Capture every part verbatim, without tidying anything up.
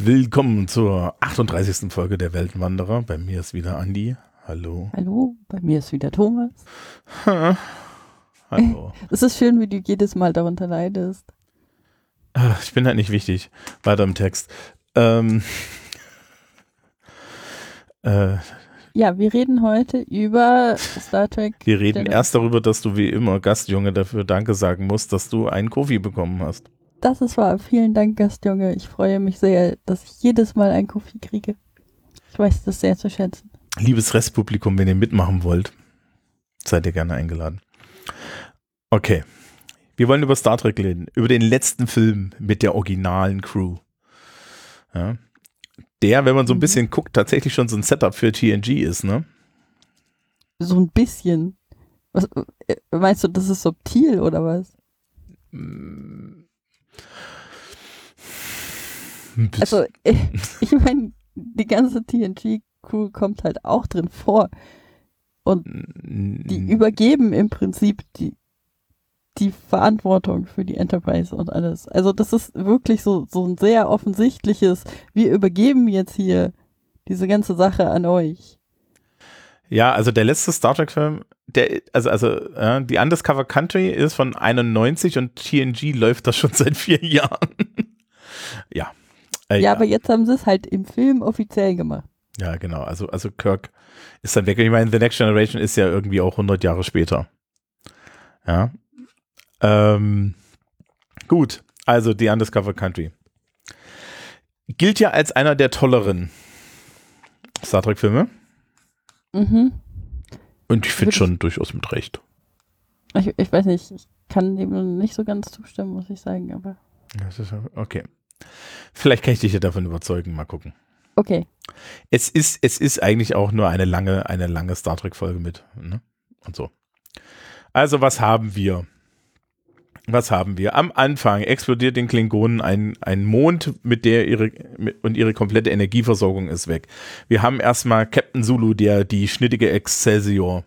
Willkommen zur achtunddreißigsten Folge der Weltenwanderer. Bei mir ist wieder Andi. Hallo. Hallo, bei mir ist wieder Thomas. Ha. Hallo. Es ist schön, wie du jedes Mal darunter leidest. Ich bin halt nicht wichtig. Weiter im Text. Ähm, äh, ja, wir reden heute über Star Trek. Wir reden erst darüber, dass du wie immer Gastjunge dafür Danke sagen musst, dass du einen Kofi bekommen hast. Das ist wahr. Vielen Dank, Gastjunge. Ich freue mich sehr, dass ich jedes Mal einen Kofi kriege. Ich weiß das sehr zu schätzen. Liebes Restpublikum, wenn ihr mitmachen wollt, seid ihr gerne eingeladen. Okay. Wir wollen über Star Trek reden. Über den letzten Film mit der originalen Crew. Ja. Der, wenn man so ein bisschen guckt, tatsächlich schon so ein Setup für T N G ist, ne? So ein bisschen. Was, meinst du, das ist subtil oder was? Also, ich meine, die ganze T N G-Crew kommt halt auch drin vor. Und die übergeben im Prinzip die, die Verantwortung für die Enterprise und alles. Also das ist wirklich so, so ein sehr offensichtliches, wir übergeben jetzt hier diese ganze Sache an euch. Ja, also der letzte Star Trek-Film, der, also, also ja, die Undiscovered Country ist von einundneunzig und T N G läuft das schon seit vier Jahren. ja. Äh, ja. Ja, aber jetzt haben sie es halt im Film offiziell gemacht. Ja, genau. Also, also Kirk ist dann weg. Ich meine, The Next Generation ist ja irgendwie auch hundert Jahre später. Ja. Ähm, gut. Also, The Undiscovered Country. Gilt ja als einer der tolleren Star Trek-Filme. Mhm. Und ich finde schon durchaus mit Recht. Ich, ich weiß nicht, ich kann dem nicht so ganz zustimmen, muss ich sagen, aber. Okay. Vielleicht kann ich dich ja davon überzeugen. Mal gucken. Okay. Es ist, es ist eigentlich auch nur eine lange, eine lange Star Trek-Folge mit. Ne? Und so. Also, was haben wir? Was haben wir? Am Anfang explodiert den Klingonen ein, ein Mond, mit der ihre, mit, und ihre komplette Energieversorgung ist weg. Wir haben erstmal Captain Zulu, der die schnittige Excelsior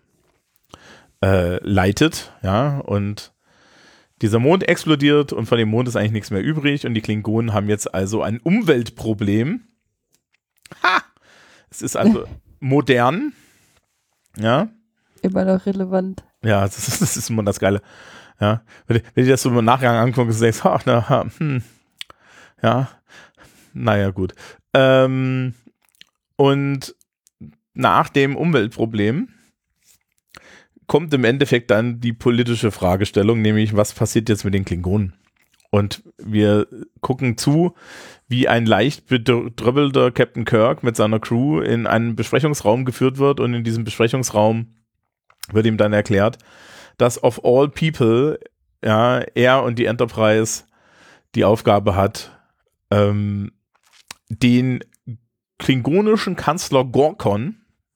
äh, leitet, ja, und dieser Mond explodiert und von dem Mond ist eigentlich nichts mehr übrig und die Klingonen haben jetzt also ein Umweltproblem. Ha! Es ist also modern. Ja. Immer noch relevant. Ja, das ist, das ist immer das Geile. Ja. Wenn, wenn du das so im Nachgang anguckst und denkst, ach, na, hm, ja, naja, gut. Ähm, und nach dem Umweltproblem kommt im Endeffekt dann die politische Fragestellung, nämlich was passiert jetzt mit den Klingonen? Und wir gucken zu, wie ein leicht bedröppelter Captain Kirk mit seiner Crew in einen Besprechungsraum geführt wird und in diesem Besprechungsraum wird ihm dann erklärt, dass of all people, ja, er und die Enterprise die Aufgabe hat, ähm, den klingonischen Kanzler Gorkon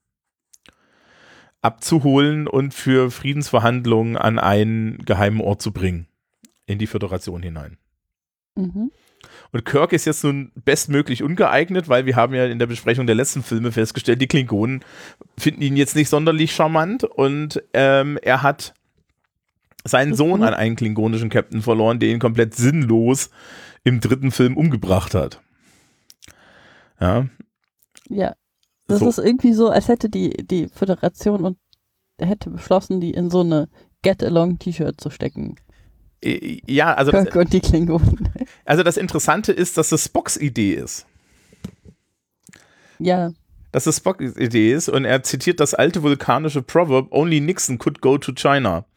abzuholen und für Friedensverhandlungen an einen geheimen Ort zu bringen, in die Föderation hinein. Mhm. Und Kirk ist jetzt nun bestmöglich ungeeignet, weil wir haben ja in der Besprechung der letzten Filme festgestellt, die Klingonen finden ihn jetzt nicht sonderlich charmant und ähm, er hat seinen Sohn an einen klingonischen Captain verloren, der ihn komplett sinnlos im dritten Film umgebracht hat. Ja. Ja. Das So. ist irgendwie so, als hätte die, die Föderation und hätte beschlossen, die in so eine Get-Along-T-Shirt zu stecken. Ja, also Kirk das, und die Klingonen. also das Interessante ist, dass das Spocks Idee ist. Ja. Dass es Spocks Idee ist und er zitiert das alte vulkanische Proverb, only Nixon could go to China.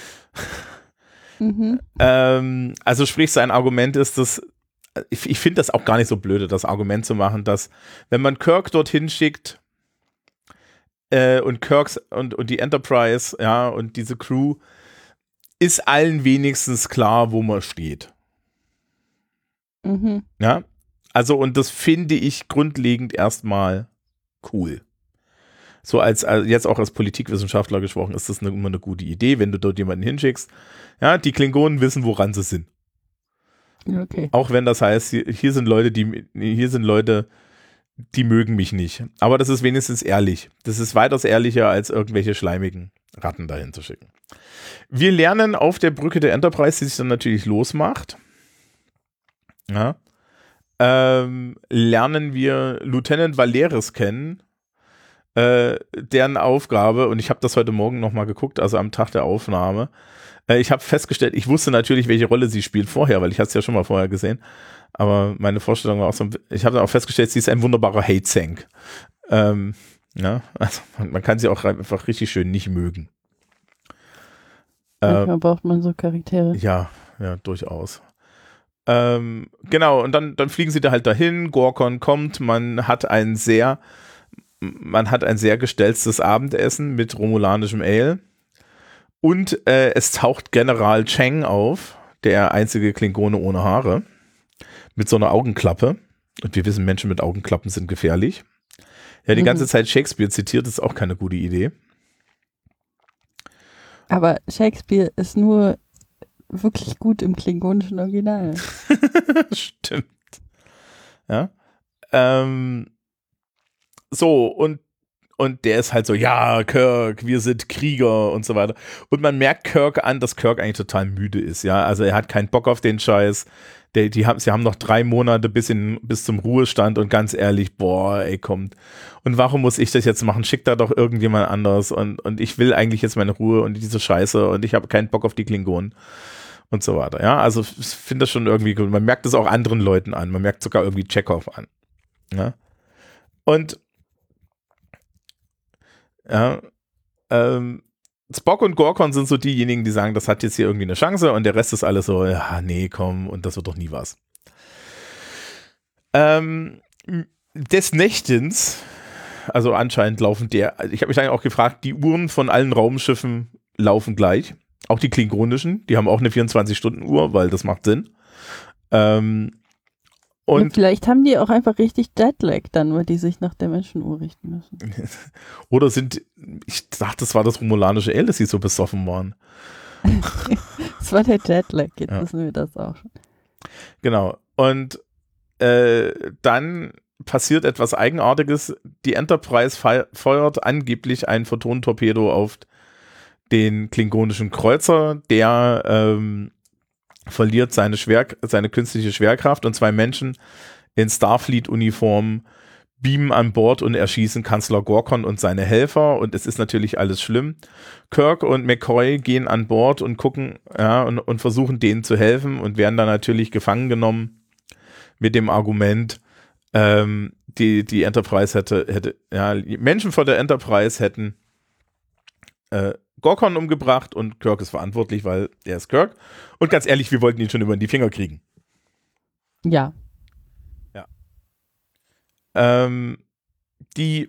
Mhm. Ähm, also sprich, sein Argument ist, dass ich, ich finde das auch gar nicht so blöde, das Argument zu machen, dass wenn man Kirk dorthin schickt äh, und Kirks und, und die Enterprise, ja, und diese Crew, ist allen wenigstens klar, wo man steht. Mhm. Ja, also und das finde ich grundlegend erstmal cool. So als, als jetzt auch als Politikwissenschaftler gesprochen, ist das eine, immer eine gute Idee, wenn du dort jemanden hinschickst. Ja, die Klingonen wissen, woran sie sind. Okay. Auch wenn das heißt, hier, hier sind Leute, die hier sind Leute, die mögen mich nicht. Aber das ist wenigstens ehrlich. Das ist weitaus ehrlicher, als irgendwelche schleimigen Ratten dahin zu schicken. Wir lernen auf der Brücke der Enterprise, die sich dann natürlich losmacht. Ja. ähm, lernen wir Lieutenant Valeris kennen, äh, deren Aufgabe, und ich habe das heute Morgen nochmal geguckt, also am Tag der Aufnahme, äh, ich habe festgestellt, ich wusste natürlich, welche Rolle sie spielt vorher, weil ich hatte es ja schon mal vorher gesehen, aber meine Vorstellung war auch so, ich habe dann auch festgestellt, sie ist ein wunderbarer Hate-Sank. Ähm, ja, also man, man kann sie auch einfach richtig schön nicht mögen. Manchmal äh, braucht man so Charaktere. Ja, ja, durchaus. Ähm, genau, und dann, dann fliegen sie da halt dahin, Gorkon kommt, man hat ein sehr, man hat ein sehr gestelztes Abendessen mit romulanischem Ale und äh, es taucht General Cheng auf, der einzige Klingone ohne Haare, mit so einer Augenklappe, und wir wissen, Menschen mit Augenklappen sind gefährlich. Ja, die mhm. ganze Zeit Shakespeare zitiert, ist auch keine gute Idee. Aber Shakespeare ist nur wirklich gut im klingonischen Original. Stimmt. Ja. Ähm, so, und, und der ist halt so, ja, Kirk, wir sind Krieger und so weiter. Und man merkt Kirk an, dass Kirk eigentlich total müde ist, ja. Also er hat keinen Bock auf den Scheiß. Der, die haben, sie haben noch drei Monate bis, in, bis zum Ruhestand und ganz ehrlich, boah, ey, kommt. Und warum muss ich das jetzt machen? Schickt da doch irgendjemand anders und, und ich will eigentlich jetzt meine Ruhe und diese Scheiße und ich habe keinen Bock auf die Klingonen und so weiter. Ja, also ich finde das schon irgendwie gut. Man merkt das auch anderen Leuten an. Man merkt sogar irgendwie Chekhov an. Ja. Und ja, ähm, Spock und Gorkon sind so diejenigen, die sagen, das hat jetzt hier irgendwie eine Chance und der Rest ist alles so, ja, nee, komm, und das wird doch nie was. Ähm, des Nächtens, also anscheinend laufen der, ich habe mich eigentlich auch gefragt, die Uhren von allen Raumschiffen laufen gleich, auch die klingonischen, die haben auch eine vierundzwanzig-Stunden-Uhr, weil das macht Sinn. Ähm, Und ja, vielleicht haben die auch einfach richtig Jetlag dann, weil die sich nach der Menschenuhr richten müssen. Oder sind, ich dachte, das war das romulanische Ale, dass sie so besoffen waren. Das war der Jetlag, jetzt ja. wissen wir das auch schon. Genau. Und äh, dann passiert etwas Eigenartiges. Die Enterprise fe- feuert angeblich ein Photonentorpedo auf den klingonischen Kreuzer, der ähm, verliert seine, Schwer, seine künstliche Schwerkraft und zwei Menschen in Starfleet-Uniform beamen an Bord und erschießen Kanzler Gorkon und seine Helfer und es ist natürlich alles schlimm. Kirk und McCoy gehen an Bord und gucken, ja, und, und versuchen denen zu helfen und werden dann natürlich gefangen genommen mit dem Argument, ähm, die, die Enterprise hätte, hätte, ja, Menschen vor der Enterprise hätten äh, Gorkon umgebracht und Kirk ist verantwortlich, weil er ist Kirk. Und ganz ehrlich, wir wollten ihn schon über die Finger kriegen. Ja. Ja. Ähm, die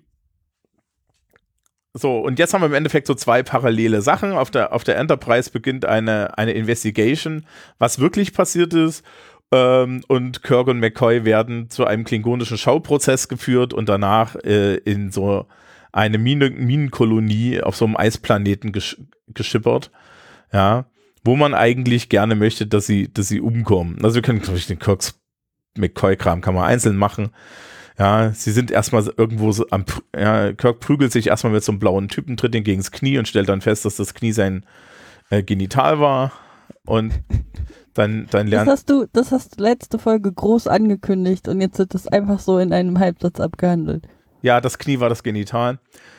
So, und jetzt haben wir im Endeffekt so zwei parallele Sachen. Auf der, auf der Enterprise beginnt eine, eine Investigation, was wirklich passiert ist. Ähm, und Kirk und McCoy werden zu einem klingonischen Schauprozess geführt und danach äh, in so eine Mine, Minenkolonie auf so einem Eisplaneten gesch geschippert, ja, wo man eigentlich gerne möchte, dass sie, dass sie umkommen. Also wir können, glaube ich, den Kirks McCoy-Kram kann man einzeln machen. Ja, sie sind erstmal irgendwo so am, ja, Kirk prügelt sich erstmal mit so einem blauen Typen, tritt ihn gegens Knie und stellt dann fest, dass das Knie sein äh, Genital war und dann, dann lernt... Das hast du, das hast du letzte Folge groß angekündigt und jetzt wird das einfach so in einem Halbsatz abgehandelt. Ja, das Knie war das Genital.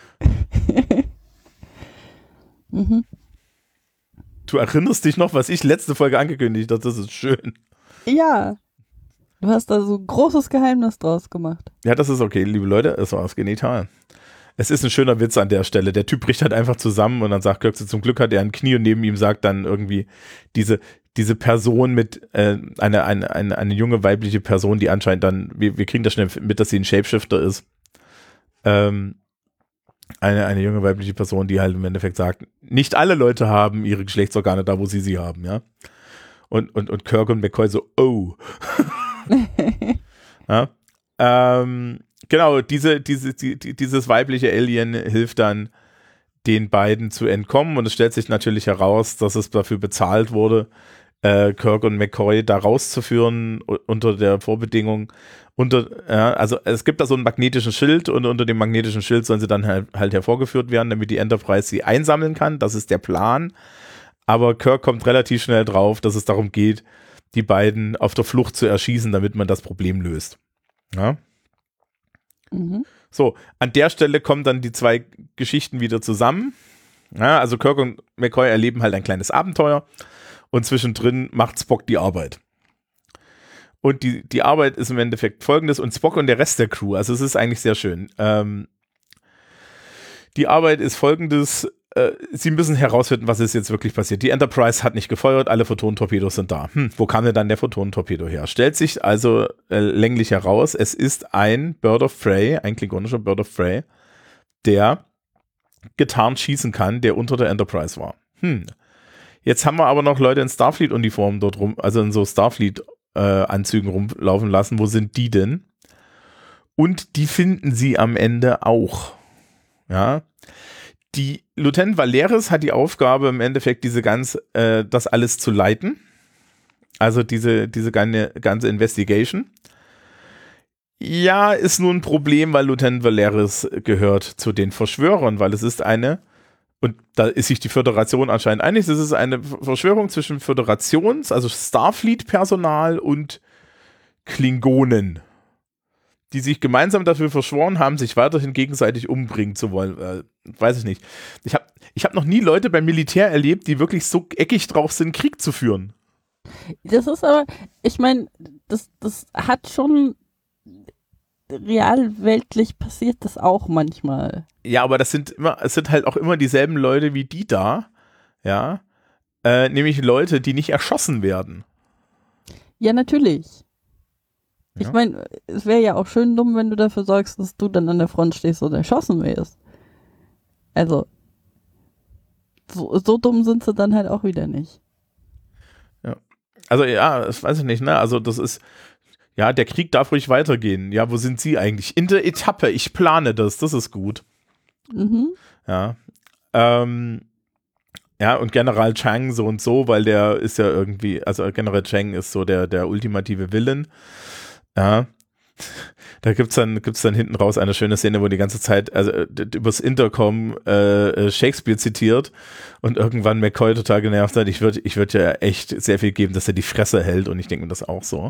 mhm. Du erinnerst dich noch, was ich letzte Folge angekündigt habe, das ist schön. Ja. Du hast da so ein großes Geheimnis draus gemacht. Ja, das ist okay, liebe Leute, es war das Genital. Es ist ein schöner Witz an der Stelle. Der Typ bricht halt einfach zusammen und dann sagt Kirk, zum Glück hat er ein Knie und neben ihm sagt dann irgendwie diese, diese Person mit, äh, eine, eine, eine, eine junge weibliche Person, die anscheinend dann, wir, wir kriegen das schnell mit, dass sie ein Shapeshifter ist. Ähm, eine, eine junge weibliche Person, die halt im Endeffekt sagt, nicht alle Leute haben ihre Geschlechtsorgane da, wo sie sie haben, ja. Und, und, und Kirk und McCoy so, oh. ja. Ähm, genau, diese, diese, die, dieses weibliche Alien hilft dann den beiden zu entkommen und es stellt sich natürlich heraus, dass es dafür bezahlt wurde, äh, Kirk und McCoy da rauszuführen unter der Vorbedingung, unter, ja, also es gibt da so einen magnetischen Schild und unter dem magnetischen Schild sollen sie dann halt, halt hervorgeführt werden, damit die Enterprise sie einsammeln kann, das ist der Plan, aber Kirk kommt relativ schnell drauf, dass es darum geht, die beiden auf der Flucht zu erschießen, damit man das Problem löst. Ja. Mhm. So, an der Stelle kommen dann die zwei Geschichten wieder zusammen. Ja, also Kirk und McCoy erleben halt ein kleines Abenteuer und zwischendrin macht Spock die Arbeit. Und die, die Arbeit ist im Endeffekt folgendes und Spock und der Rest der Crew, also es ist eigentlich sehr schön. Ähm, die Arbeit ist folgendes, äh, sie müssen herausfinden, was ist jetzt wirklich passiert. Die Enterprise hat nicht gefeuert, alle Photonentorpedos sind da. Hm, wo kam denn dann der Photonentorpedo her? Stellt sich also äh, länglich heraus, es ist ein Bird of Prey, ein klingonischer Bird of Prey, der getarnt schießen kann, der unter der Enterprise war. Hm. Jetzt haben wir aber noch Leute in Starfleet-Uniformen dort rum, also in so Starfleet-Anzügen äh, rumlaufen lassen. Wo sind die denn? Und die finden sie am Ende auch. Ja. Die Lieutenant Valeris hat die Aufgabe, im Endeffekt diese ganz, äh, das alles zu leiten. Also diese, diese ganze, ganze Investigation. Ja, ist nur ein Problem, weil Lieutenant Valeris gehört zu den Verschwörern, weil es ist eine, und da ist sich die Föderation anscheinend einig, es ist eine Verschwörung zwischen Föderations-, also Starfleet-Personal und Klingonen, die sich gemeinsam dafür verschworen haben, sich weiterhin gegenseitig umbringen zu wollen. Äh, weiß ich nicht. Ich habe ich hab noch nie Leute beim Militär erlebt, die wirklich so eckig drauf sind, Krieg zu führen. Das ist aber, ich meine, das, das hat schon realweltlich passiert das auch manchmal. Ja, aber das sind immer, es sind halt auch immer dieselben Leute wie die da, ja, äh, nämlich Leute, die nicht erschossen werden. Ja, natürlich. Ja. Ich meine, es wäre ja auch schön dumm, wenn du dafür sorgst, dass du dann an der Front stehst und erschossen wirst. Also, so, so dumm sind sie dann halt auch wieder nicht. Ja. Also ja, das weiß ich nicht, ne, also das ist, ja, der Krieg darf ruhig weitergehen. Ja, wo sind Sie eigentlich? In der Etappe, ich plane das, das ist gut. Mhm. Ja. Ähm, ja, und General Chang so und so, weil der ist ja irgendwie, also General Chang ist so der, der ultimative Villain. Ja. Da gibt's dann, gibt's dann hinten raus eine schöne Szene, wo die ganze Zeit, also übers Intercom äh, Shakespeare zitiert und irgendwann McCoy total genervt hat. Ich würde ich würd ja echt sehr viel geben, dass er die Fresse hält und ich denke mir das auch so.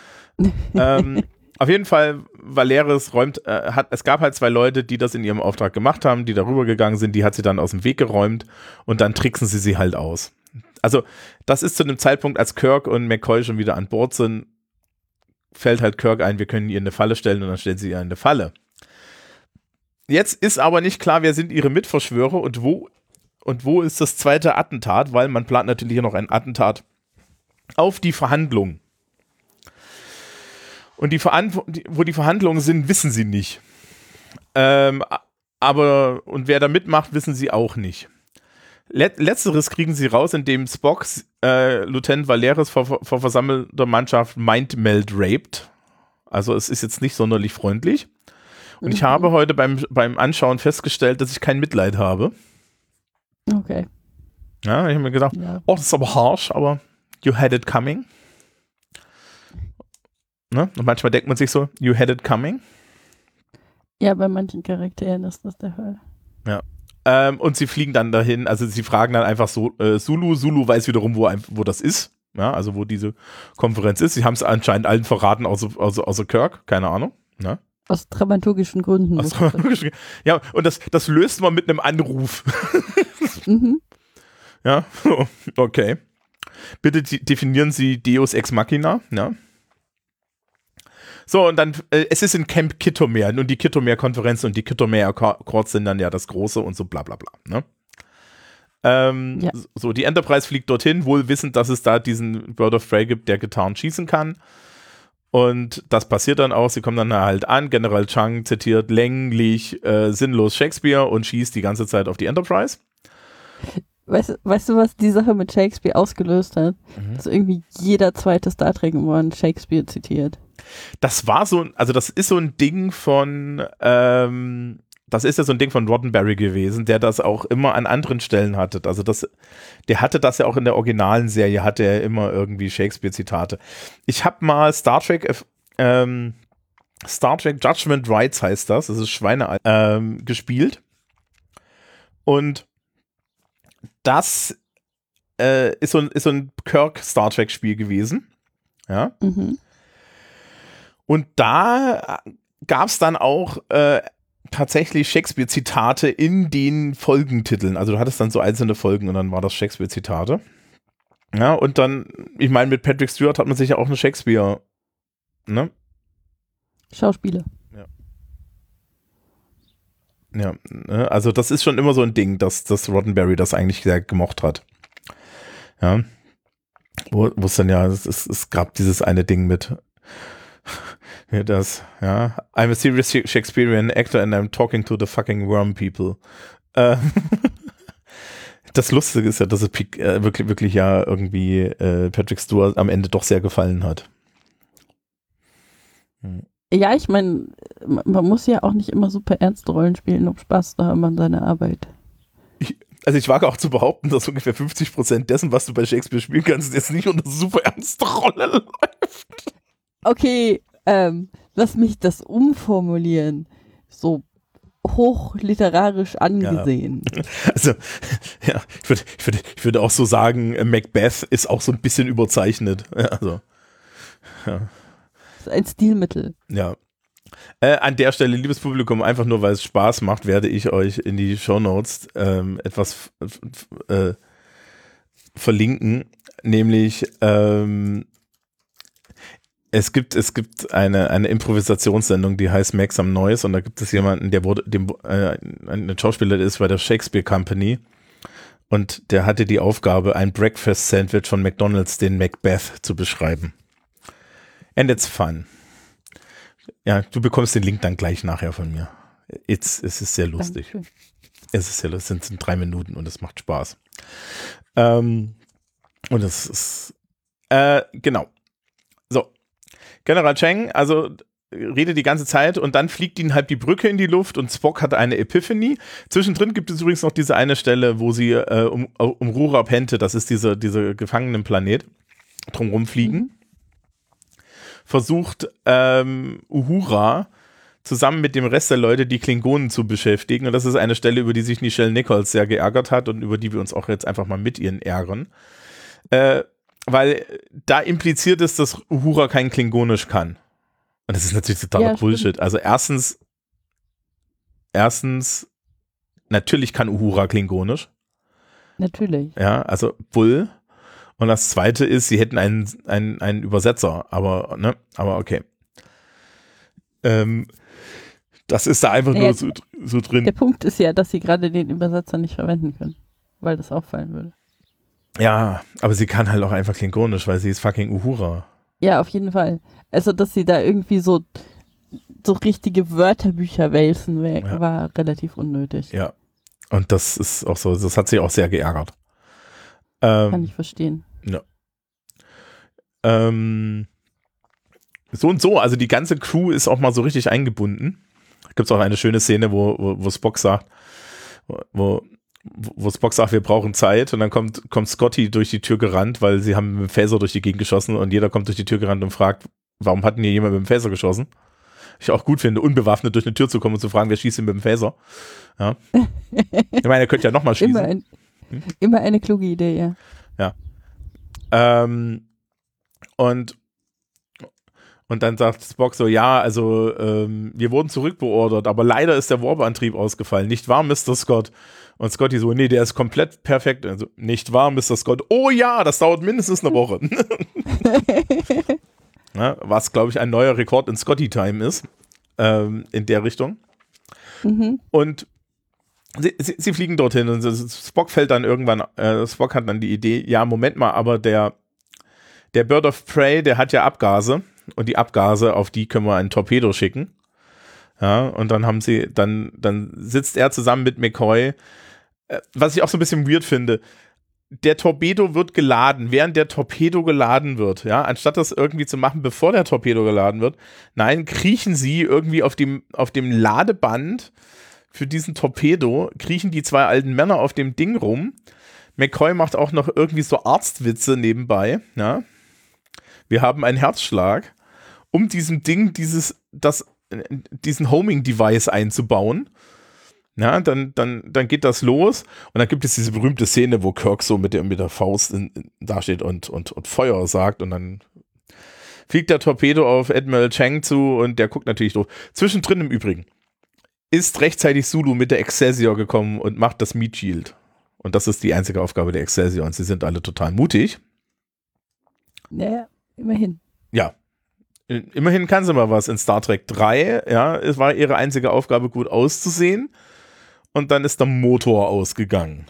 ähm, auf jeden Fall, Valeris räumt, äh, hat, es gab halt zwei Leute, die das in ihrem Auftrag gemacht haben, die darüber gegangen sind, die hat sie dann aus dem Weg geräumt und dann tricksen sie sie halt aus. Also, das ist zu dem Zeitpunkt, als Kirk und McCoy schon wieder an Bord sind, fällt halt Kirk ein, wir können ihr eine Falle stellen und dann stellen sie ihr eine Falle. Jetzt ist aber nicht klar, wer sind ihre Mitverschwörer und wo, und wo ist das zweite Attentat, weil man plant natürlich hier noch ein Attentat auf die Verhandlungen. Und die Verantw- wo die Verhandlungen sind, wissen sie nicht. Ähm, aber, und wer da mitmacht, wissen sie auch nicht. Let- Letzteres kriegen sie raus, indem Spock äh, Lieutenant Valeris vor, vor versammelter Mannschaft Mindmeld raped. Also es ist jetzt nicht sonderlich freundlich. Und mhm. ich habe heute beim, beim Anschauen festgestellt, dass ich kein Mitleid habe. Okay. Ja, ich habe mir gedacht, ja. Oh, das ist aber harsh, aber you had it coming. Ne? Und manchmal denkt man sich so, you had it coming. Ja, bei manchen Charakteren ist das der Fall. Ja. Ähm, und sie fliegen dann dahin, also sie fragen dann einfach so, äh, Sulu, Sulu weiß wiederum, wo, wo das ist, ja, also wo diese Konferenz ist. Sie haben es anscheinend allen verraten, außer, außer, außer Kirk, keine Ahnung. Ne? Aus dramaturgischen Gründen. Aus dramaturgischen, ja, und das, das löst man mit einem Anruf. mhm. Ja, okay. Bitte definieren Sie Deus Ex Machina, ja. So, und dann, äh, es ist in Camp Kittomer, und die Kittomer-Konferenz und die Kittomer-Accords sind dann ja das Große und so bla bla bla, ne? Ähm, ja. So, die Enterprise fliegt dorthin, wohl wissend, dass es da diesen Bird of Prey gibt, der getarnt schießen kann. Und das passiert dann auch, sie kommen dann halt an, General Chang zitiert länglich, äh, sinnlos Shakespeare und schießt die ganze Zeit auf die Enterprise. Weißt, weißt du, was die Sache mit Shakespeare ausgelöst hat? Mhm. Dass irgendwie jeder zweite Star Trek-Mann Shakespeare zitiert. Das war so, also das ist so ein Ding von, ähm, das ist ja so ein Ding von Roddenberry gewesen, der das auch immer an anderen Stellen hatte. Also das, der hatte das ja auch in der originalen Serie, hatte er immer irgendwie Shakespeare-Zitate. Ich habe mal Star Trek, ähm, Star Trek Judgment Rights heißt das, das ist Schweinealt, ähm, gespielt. Und das äh, ist, so ein, ist so ein Kirk-Star Trek-Spiel gewesen. Ja. Mhm. Und da gab es dann auch äh, tatsächlich Shakespeare-Zitate in den Folgentiteln. Also du hattest dann so einzelne Folgen und dann war das Shakespeare-Zitate. Ja, und dann, ich meine, mit Patrick Stewart hat man sich ja auch eine Shakespeare, ne? Schauspieler. Ja. Ja, ne? Also das ist schon immer so ein Ding, dass, dass Roddenberry das eigentlich sehr gemocht hat. Ja. Wo es dann ja, es, es, es gab dieses eine Ding mit ja, das, ja, I'm a serious Shakespearean actor and I'm talking to the fucking worm people. Äh, das Lustige ist ja, dass es äh, wirklich, wirklich ja irgendwie äh, Patrick Stewart am Ende doch sehr gefallen hat. Hm. Ja, ich meine, man muss ja auch nicht immer super ernste Rollen spielen, um Spaß zu haben an seiner Arbeit. Ich, also ich wage auch zu behaupten, dass ungefähr fünfzig Prozent dessen, was du bei Shakespeare spielen kannst, jetzt nicht unter super ernste Rolle läuft. Okay, ähm, lass mich das umformulieren. So hochliterarisch angesehen. Ja. Also, ja, ich würde, ich, würde, ich würde auch so sagen, Macbeth ist auch so ein bisschen überzeichnet. Ja, also, ja. Das ist ein Stilmittel. Ja. Äh, an der Stelle, liebes Publikum, einfach nur, weil es Spaß macht, werde ich euch in die Shownotes ähm, etwas äh, verlinken, nämlich ähm, Es gibt, es gibt eine, eine Improvisationssendung, die heißt Make Some Noise, und da gibt es jemanden, der wurde, dem, äh, ein Schauspieler, der ist bei der Shakespeare Company, und der hatte die Aufgabe, ein Breakfast-Sandwich von McDonald's, den Macbeth, zu beschreiben. And it's fun. Ja, du bekommst den Link dann gleich nachher von mir. It's, es ist sehr lustig. Dankeschön. Es ist sehr lustig, es sind drei Minuten und es macht Spaß. Ähm, und es ist, äh, genau. So. General Chang, also redet die ganze Zeit und dann fliegt ihnen halt die Brücke in die Luft und Spock hat eine Epiphany. Zwischendrin gibt es übrigens noch diese eine Stelle, wo sie äh, um, um Rura Pente, das ist diese, diese Gefangenenplanet, drumherum fliegen. Mhm. Versucht ähm, Uhura zusammen mit dem Rest der Leute die Klingonen zu beschäftigen. Und das ist eine Stelle, über die sich Nichelle Nichols sehr geärgert hat und über die wir uns auch jetzt einfach mal mit ihren ärgern. Äh, Weil da impliziert ist, dass Uhura kein Klingonisch kann. Und das ist natürlich totaler ja, Bullshit. Stimmt. Also erstens, erstens, natürlich kann Uhura Klingonisch. Natürlich. Ja, also Bull. Und das zweite ist, sie hätten einen, einen, einen Übersetzer, aber, ne, aber okay. Ähm, das ist da einfach ja, nur so, so drin. Der Punkt ist ja, dass sie gerade den Übersetzer nicht verwenden können, weil das auffallen würde. Ja, aber sie kann halt auch einfach Klingonisch, weil sie ist fucking Uhura. Ja, auf jeden Fall. Also, dass sie da irgendwie so, so richtige Wörterbücher wälzen, war, ja. war relativ unnötig. Ja, und das ist auch so, das hat sie auch sehr geärgert. Ähm, kann ich verstehen. Ja. Ähm, so und so, also die ganze Crew ist auch mal so richtig eingebunden. Da gibt es auch eine schöne Szene, wo, wo, wo Spock sagt, wo wo Spock sagt, wir brauchen Zeit, und dann kommt, kommt Scotty durch die Tür gerannt, weil sie haben mit dem Phaser durch die Gegend geschossen und jeder kommt durch die Tür gerannt und fragt, warum hat denn hier jemand mit dem Phaser geschossen? Ich auch gut finde, unbewaffnet durch eine Tür zu kommen und zu fragen, wer schießt denn mit dem Phaser? Ja. Ich meine, er könnte ja nochmal schießen. Immer, ein, hm? immer eine kluge Idee, ja. Ja. Ähm, und Und dann sagt Spock so, ja, also ähm, wir wurden zurückbeordert, aber leider ist der Warp-Antrieb ausgefallen. Nicht wahr, Mister Scott? Und Scotty so, nee, der ist komplett perfekt. Also, nicht wahr, Mister Scott? Oh ja, das dauert mindestens eine Woche. Ja, was, glaube ich, ein neuer Rekord in Scotty-Time ist, ähm, in der Richtung. Mhm. Und sie, sie, sie fliegen dorthin und Spock fällt dann irgendwann, äh, Spock hat dann die Idee, ja, Moment mal, aber der, der Bird of Prey, der hat ja Abgase. Und die Abgase, auf die können wir einen Torpedo schicken. Ja, und dann haben sie, dann, dann sitzt er zusammen mit McCoy. Äh, was ich auch so ein bisschen weird finde, der Torpedo wird geladen, während der Torpedo geladen wird. Ja, anstatt das irgendwie zu machen, bevor der Torpedo geladen wird. Nein, kriechen sie irgendwie auf dem, auf dem Ladeband für diesen Torpedo, kriechen die zwei alten Männer auf dem Ding rum. McCoy macht auch noch irgendwie so Arztwitze nebenbei. Ja. Wir haben einen Herzschlag, um diesem Ding dieses, das, diesen Homing-Device einzubauen. Ja, dann, dann, dann geht das los und dann gibt es diese berühmte Szene, wo Kirk so mit der, mit der Faust in, in, da steht und, und, und Feuer sagt und dann fliegt der Torpedo auf Admiral Chang zu und der guckt natürlich doof. Zwischendrin im Übrigen ist rechtzeitig Sulu mit der Excelsior gekommen und macht das Meat Shield. Und das ist die einzige Aufgabe der Excelsior und sie sind alle total mutig. Naja, immerhin. Ja. Immerhin kann sie mal was in Star Trek drei. Ja, es war ihre einzige Aufgabe, gut auszusehen. Und dann ist der Motor ausgegangen.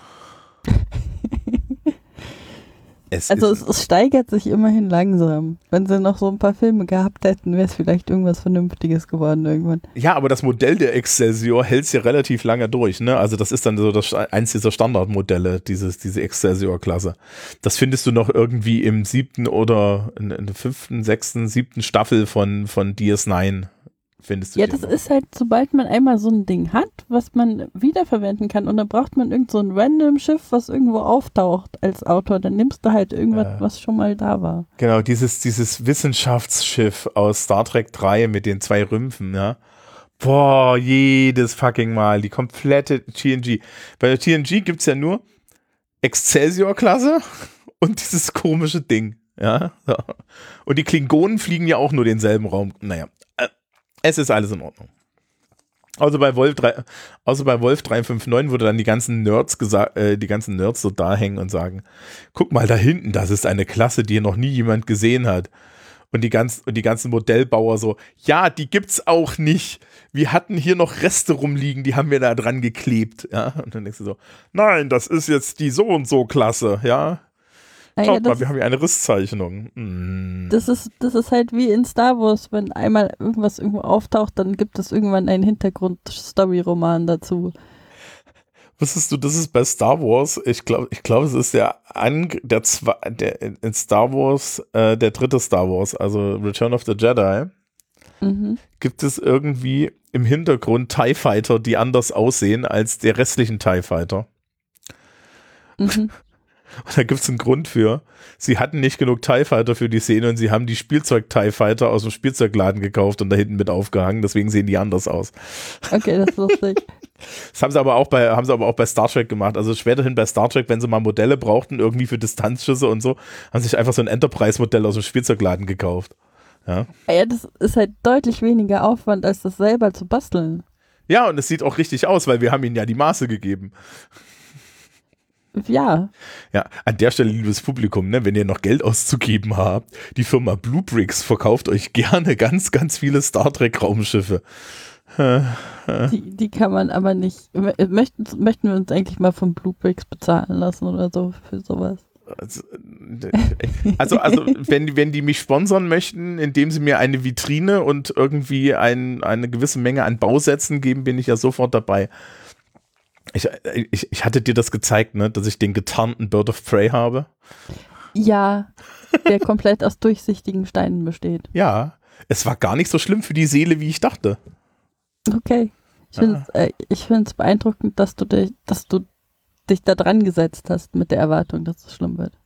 es also es, es steigert sich immerhin langsam. Wenn sie noch so ein paar Filme gehabt hätten, wäre es vielleicht irgendwas Vernünftiges geworden irgendwann. Ja, aber das Modell der Excelsior hält es ja relativ lange durch. Ne? Also das ist dann so das, eins dieser Standardmodelle, dieses, diese Excelsior-Klasse. Das findest du noch irgendwie im siebten oder in, in der fünften, sechsten, siebten Staffel von, von D S neun. Findest du ja, das noch. Ist halt, sobald man einmal so ein Ding hat, was man wiederverwenden kann und dann braucht man irgend so ein random Schiff, was irgendwo auftaucht als Autor, dann nimmst du halt irgendwas, äh, was schon mal da war. Genau, dieses, dieses Wissenschaftsschiff aus Star Trek drei mit den zwei Rümpfen, ja. Boah, jedes fucking Mal, die komplette T N G. Bei der T N G gibt es ja nur Excelsior-Klasse und dieses komische Ding, ja. So. Und die Klingonen fliegen ja auch nur denselben Raum, naja. Es ist alles in Ordnung. Also bei Wolf drei, also bei Wolf drei fünf neun wurde dann die ganzen Nerds gesagt, äh, die ganzen Nerds so da hängen und sagen, guck mal da hinten, das ist eine Klasse, die noch nie jemand gesehen hat. Und die ganz, und die ganzen Modellbauer so, ja, die gibt's auch nicht. Wir hatten hier noch Reste rumliegen, die haben wir da dran geklebt, ja. Und dann denkst du so, nein, das ist jetzt die so und so Klasse, ja. Schaut ja, mal, wir haben hier eine Risszeichnung. Mm. Das ist, das ist halt wie in Star Wars, wenn einmal irgendwas irgendwo auftaucht, dann gibt es irgendwann einen Hintergrund-Story-Roman dazu. Wusstest du, das ist bei Star Wars, ich glaube, ich glaube, es ist der, An der, zwei, der in Star Wars, äh, der dritte Star Wars, also Return of the Jedi, mhm. gibt es irgendwie im Hintergrund TIE Fighter, die anders aussehen als der restlichen TIE Fighter. Mhm. Und da gibt es einen Grund für. Sie hatten nicht genug TIE Fighter für die Szene und sie haben die Spielzeug-TIE Fighter aus dem Spielzeugladen gekauft und da hinten mit aufgehangen, deswegen sehen die anders aus. Okay, das ist lustig. Das haben sie aber auch bei, haben sie aber auch bei Star Trek gemacht. Also späterhin bei Star Trek, wenn sie mal Modelle brauchten, irgendwie für Distanzschüsse und so, haben sie sich einfach so ein Enterprise-Modell aus dem Spielzeugladen gekauft. Ja. Ja, das ist halt deutlich weniger Aufwand, als das selber zu basteln. Ja, und es sieht auch richtig aus, weil wir haben ihnen ja die Maße gegeben. Ja. Ja, an der Stelle, liebes Publikum, ne, wenn ihr noch Geld auszugeben habt, die Firma Bluebricks verkauft euch gerne ganz, ganz viele Star Trek Raumschiffe. Die, die kann man aber nicht, möchten, möchten wir uns eigentlich mal von Bluebricks bezahlen lassen oder so für sowas? Also, also, also wenn, wenn die mich sponsern möchten, indem sie mir eine Vitrine und irgendwie ein, eine gewisse Menge an Bausätzen geben, bin ich ja sofort dabei. Ich, ich, ich hatte dir das gezeigt, ne, dass ich den getarnten Bird of Prey habe. Ja, der komplett aus durchsichtigen Steinen besteht. Ja, es war gar nicht so schlimm für die Seele, wie ich dachte. Okay. Ich finde es äh, ich find's beeindruckend, dass du, dich, dass du dich da dran gesetzt hast mit der Erwartung, dass es schlimm wird.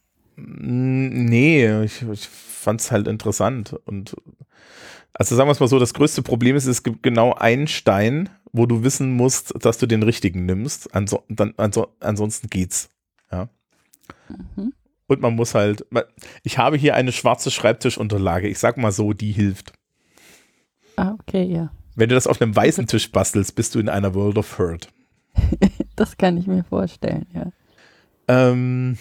Nee, ich, ich fand es halt interessant. Und also sagen wir es mal so, das größte Problem ist, es gibt genau einen Stein, wo du wissen musst, dass du den richtigen nimmst. Anso dann, anso ansonsten geht's. Ja. Mhm. Und man muss halt, ich habe hier eine schwarze Schreibtischunterlage. Ich sag mal so, die hilft. Ah, okay, ja. Wenn du das auf einem weißen Tisch bastelst, bist du in einer World of Hurt. Das kann ich mir vorstellen, ja. Ähm,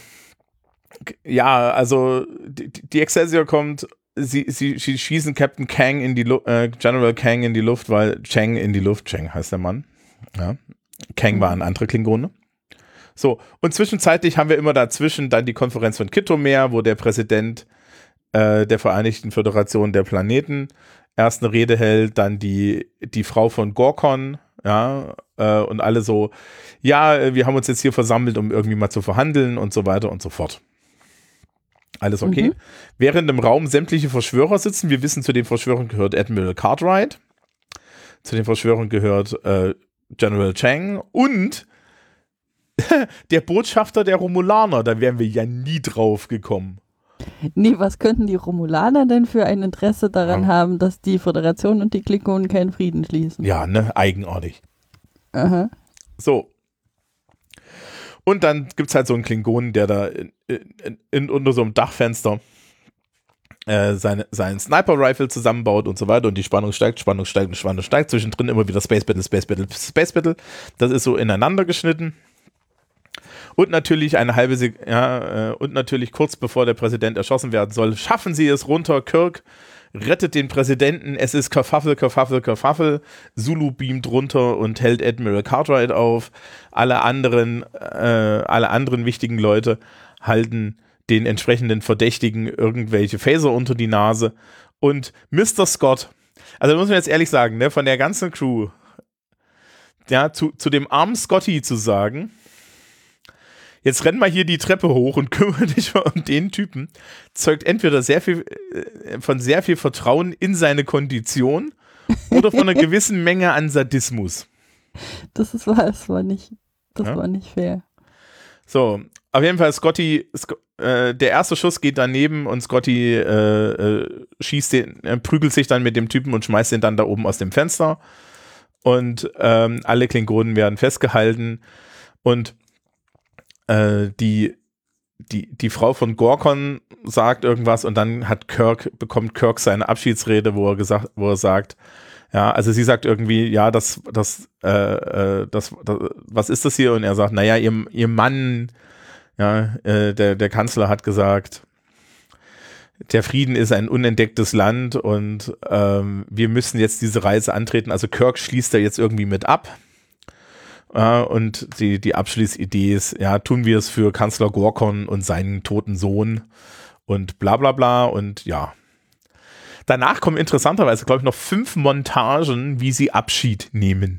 ja, also die, die Excelsior kommt, sie, sie, sie schießen Captain Kang in die Lu äh, General Kang in die Luft, weil Chang in die Luft, Chang heißt der Mann. Ja. Kang war ein anderer Klingone. So, und zwischenzeitlich haben wir immer dazwischen dann die Konferenz von Kittomer, wo der Präsident äh, der Vereinigten Föderation der Planeten erst eine Rede hält, dann die, die Frau von Gorkon, ja, äh, und alle so, ja, wir haben uns jetzt hier versammelt, um irgendwie mal zu verhandeln und so weiter und so fort. Alles okay. Mhm. Während im Raum sämtliche Verschwörer sitzen, wir wissen, zu den Verschwörern gehört Admiral Cartwright, zu den Verschwörern gehört äh, General Chang und der Botschafter der Romulaner, da wären wir ja nie drauf gekommen. Nee, was könnten die Romulaner denn für ein Interesse daran ja. haben, dass die Föderation und die Klingonen keinen Frieden schließen? Ja, ne, eigenartig. Aha. So. Und dann gibt es halt so einen Klingonen, der da in, in, in, unter so einem Dachfenster äh, seine, seinen Sniper-Rifle zusammenbaut und so weiter und die Spannung steigt, Spannung steigt und Spannung steigt. Zwischendrin immer wieder Space Battle, Space Battle, Space Battle. Das ist so ineinander geschnitten. Und natürlich eine halbe Sek ja, äh, und natürlich kurz bevor der Präsident erschossen werden soll, schaffen sie es runter. Kirk rettet den Präsidenten. Es ist Kerfuffle, Kerfuffle, Kerfuffle. Zulu beamt runter und hält Admiral Cartwright auf. Alle anderen, äh, alle anderen wichtigen Leute halten den entsprechenden Verdächtigen irgendwelche Phaser unter die Nase. Und Mister Scott, also muss man jetzt ehrlich sagen, ne, von der ganzen Crew, ja, zu, zu dem armen Scotty zu sagen, jetzt renn mal hier die Treppe hoch und kümmere dich mal um den Typen, zeugt entweder sehr viel, äh, von sehr viel Vertrauen in seine Kondition oder von einer gewissen Menge an Sadismus. Das ist das war nicht, das ja? war nicht fair. So, auf jeden Fall Scotty, Sc äh, der erste Schuss geht daneben und Scotty äh, äh, schießt den, äh, prügelt sich dann mit dem Typen und schmeißt den dann da oben aus dem Fenster und ähm, alle Klingonen werden festgehalten und äh, die, die, die Frau von Gorkon sagt irgendwas und dann hat Kirk, bekommt Kirk seine Abschiedsrede, wo er gesagt, wo er sagt, ja, also sie sagt irgendwie, ja, das, das, äh, das, das, was ist das hier? Und er sagt, naja, ihr, ihr Mann, ja, äh, der, der Kanzler hat gesagt, der Frieden ist ein unentdecktes Land und ähm, wir müssen jetzt diese Reise antreten. Also Kirk schließt da jetzt irgendwie mit ab. Äh, und die, die Abschlussidee ist, ja, tun wir es für Kanzler Gorkon und seinen toten Sohn und bla bla bla und ja. Danach kommen interessanterweise, glaube ich, noch fünf Montagen, wie sie Abschied nehmen.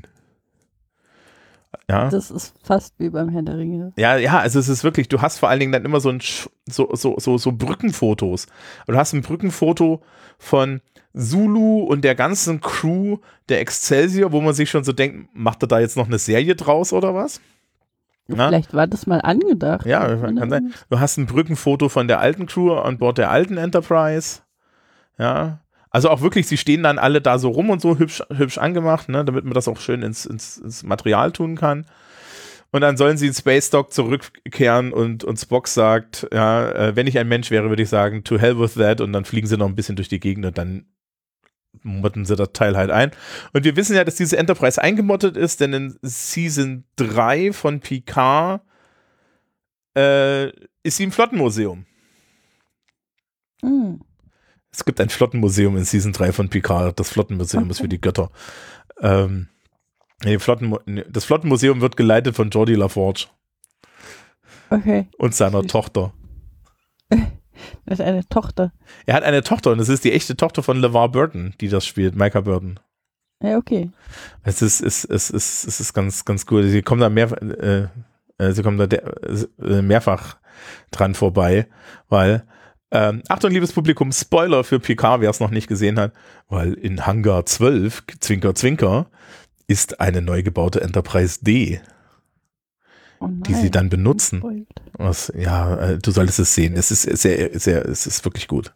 Ja. Das ist fast wie beim Herrn der Ringe. Ja, ja, also es ist wirklich, du hast vor allen Dingen dann immer so, ein, so, so, so, so Brückenfotos. Du hast ein Brückenfoto von Zulu und der ganzen Crew der Excelsior, wo man sich schon so denkt, macht er da jetzt noch eine Serie draus oder was? Na? Vielleicht war das mal angedacht. Ja, kann sein. Du hast ein Brückenfoto von der alten Crew an Bord der alten Enterprise. Ja, also auch wirklich, sie stehen dann alle da so rum und so hübsch, hübsch angemacht, ne, damit man das auch schön ins, ins, ins Material tun kann. Und dann sollen sie in Space Dock zurückkehren und, und Spock sagt, ja, äh, wenn ich ein Mensch wäre, würde ich sagen, to hell with that, und dann fliegen sie noch ein bisschen durch die Gegend und dann motten sie das Teil halt ein. Und wir wissen ja, dass diese Enterprise eingemottet ist, denn in Season drei von Picard äh, ist sie im Flottenmuseum. Mhm. Es gibt ein Flottenmuseum in Season drei von Picard. Das Flottenmuseum okay. ist für die Götter. Ähm, nee, Flotten, das Flottenmuseum wird geleitet von Geordi LaForge. Okay. Und seiner Süß. Tochter. Das ist eine Tochter. Er hat eine Tochter und es ist die echte Tochter von LeVar Burton, die das spielt, Micah Burton. Ja, okay. Es ist, es ist, es ist, es ist ganz, ganz cool. Sie kommen da mehr, äh, sie kommen da der, äh, mehrfach dran vorbei, weil Ähm, Achtung, liebes Publikum, Spoiler für Picard, wer es noch nicht gesehen hat, weil in Hangar zwölf, Zwinker, Zwinker, ist eine neu gebaute Enterprise D, oh nein, die sie dann benutzen. Was, ja, äh, du solltest es sehen. Es ist sehr, sehr, es ist wirklich gut.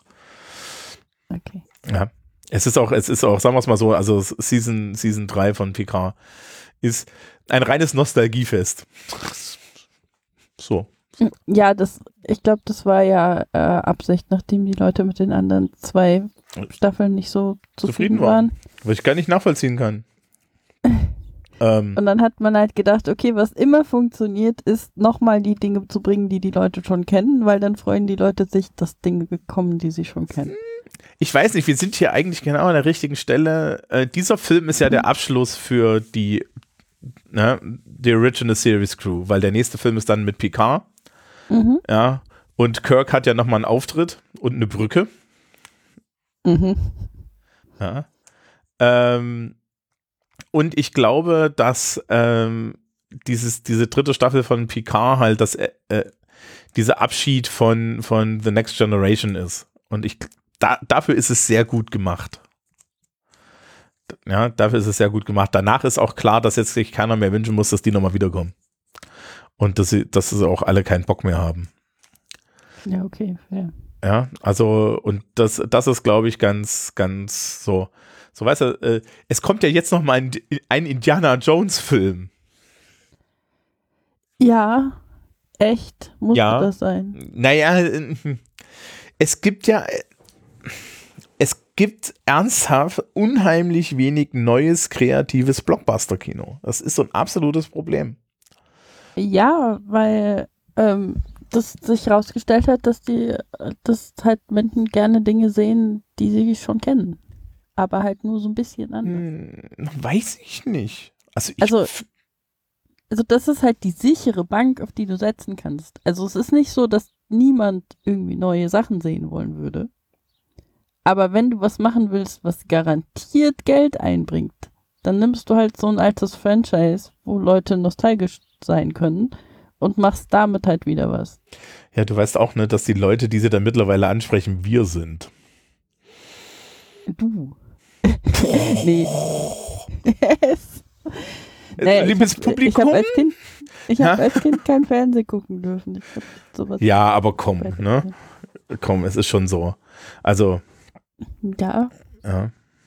Okay. Ja, es ist auch, es ist auch, sagen wir es mal so, also Season, Season drei von Picard ist ein reines Nostalgiefest. So. Ja, das, ich glaube, das war ja äh, Absicht, nachdem die Leute mit den anderen zwei Staffeln nicht so zufrieden, zufrieden waren. Was ich gar nicht nachvollziehen kann. ähm. Und dann hat man halt gedacht, okay, was immer funktioniert, ist nochmal die Dinge zu bringen, die die Leute schon kennen, weil dann freuen die Leute sich, dass Dinge kommen, die sie schon kennen. Ich weiß nicht, wir sind hier eigentlich genau an der richtigen Stelle. Äh, dieser Film ist ja der Abschluss für die, ne, die Original Series Crew, weil der nächste Film ist dann mit Picard. Mhm. Ja, und Kirk hat ja nochmal einen Auftritt und eine Brücke. Mhm. Ja. Ähm, und ich glaube, dass ähm, dieses, diese dritte Staffel von Picard halt das, äh, äh, dieser Abschied von, von The Next Generation ist. Und ich, da, dafür ist es sehr gut gemacht. Ja, dafür ist es sehr gut gemacht. Danach ist auch klar, dass jetzt sich keiner mehr wünschen muss, dass die nochmal wiederkommen. Und dass sie, dass sie auch alle keinen Bock mehr haben. Ja, okay, fair. Ja, also, und das, das ist, glaube ich, ganz, ganz so, so weißt du, äh, es kommt ja jetzt noch mal ein, ein Indiana Jones-Film. Ja, echt? Muss ja. das sein? Naja, es gibt ja, gibt ernsthaft unheimlich wenig neues, kreatives Blockbuster-Kino. Das ist so ein absolutes Problem. Ja, weil ähm, das sich herausgestellt hat, dass die, dass halt Menschen gerne Dinge sehen, die sie schon kennen. Aber halt nur so ein bisschen anders. Hm, weiß ich nicht. Also, ich Also, f- also das ist halt die sichere Bank, auf die du setzen kannst. Also es ist nicht so, dass niemand irgendwie neue Sachen sehen wollen würde. Aber wenn du was machen willst, was garantiert Geld einbringt, dann nimmst du halt so ein altes Franchise, wo Leute nostalgisch sein können und machst damit halt wieder was. ja, du weißt auch, ne, dass die Leute, die sie dann mittlerweile ansprechen, wir sind. Du. Nee. Es- Nee, ich Liebes hab- Publikum? Ich habe als Kind, ich hab Ja? als Kind kein Fernsehen gucken dürfen. Ich hab sowas Ja, aber komm, bei- ne? Komm, es ist schon so. Also, Ja, ja.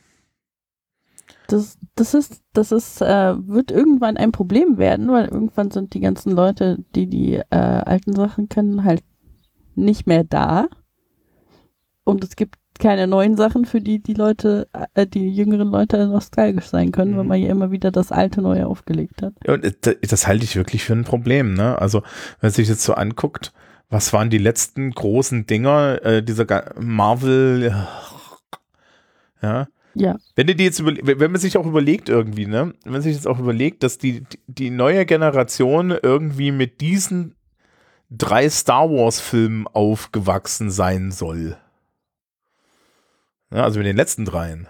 das, das ist, das ist, äh, wird irgendwann ein Problem werden, weil irgendwann sind die ganzen Leute, die die äh, alten Sachen können, halt nicht mehr da. Und es gibt keine neuen Sachen, für die die Leute, äh, die jüngeren Leute nostalgisch sein können, Mhm. weil man ja immer wieder das alte Neue aufgelegt hat. Ja, und das, das halte ich wirklich für ein Problem, ne? Also, wenn man sich jetzt so anguckt, was waren die letzten großen Dinger, äh, dieser Ga- Marvel, ja, Ja, wenn du die jetzt über, wenn man sich auch überlegt irgendwie, ne, wenn man sich jetzt auch überlegt, dass die, die neue Generation irgendwie mit diesen drei Star Wars Filmen aufgewachsen sein soll. Ja, also mit den letzten dreien.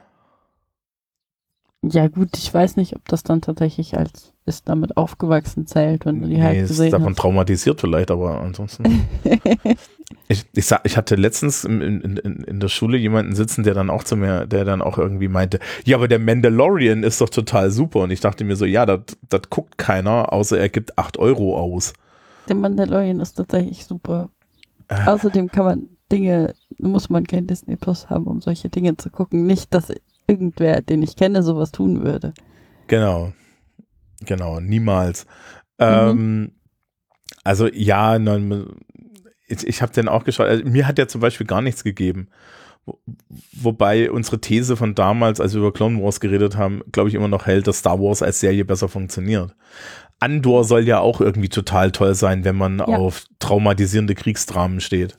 ja gut, ich weiß nicht, ob das dann tatsächlich als ist damit aufgewachsen zählt, wenn du die halt ist gesehen davon hast. traumatisiert vielleicht, aber ansonsten. Ich, ich, sag, ich hatte letztens in, in, in, in der Schule jemanden sitzen, der dann auch zu mir, der dann auch irgendwie meinte, ja, aber der Mandalorian ist doch total super. Und ich dachte mir so, ja, das guckt keiner, außer er gibt acht Euro aus. Der Mandalorian ist tatsächlich super. Äh. Außerdem kann man Dinge, muss man kein Disney Plus haben, um solche Dinge zu gucken. Nicht, dass irgendwer, den ich kenne, sowas tun würde. Genau. Genau, niemals. Mhm. Ähm, also ja, nein, ich, ich habe den auch geschaut. Also, mir hat der zum Beispiel gar nichts gegeben. Wo, wobei unsere These von damals, als wir über Clone Wars geredet haben, glaube ich immer noch hält, dass Star Wars als Serie besser funktioniert. Andor soll ja auch irgendwie total toll sein, wenn man Ja. auf traumatisierende Kriegsdramen steht.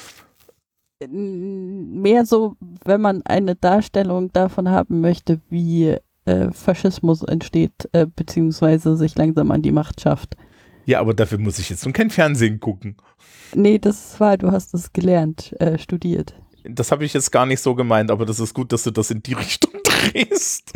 Mehr so, wenn man eine Darstellung davon haben möchte, wie äh, Faschismus entsteht, äh, beziehungsweise sich langsam an die Macht schafft. Ja, aber dafür muss ich jetzt nun kein Fernsehen gucken. Nee, das war, du hast es gelernt, äh, studiert. Das habe ich jetzt gar nicht so gemeint, aber das ist gut, dass du das in die Richtung drehst.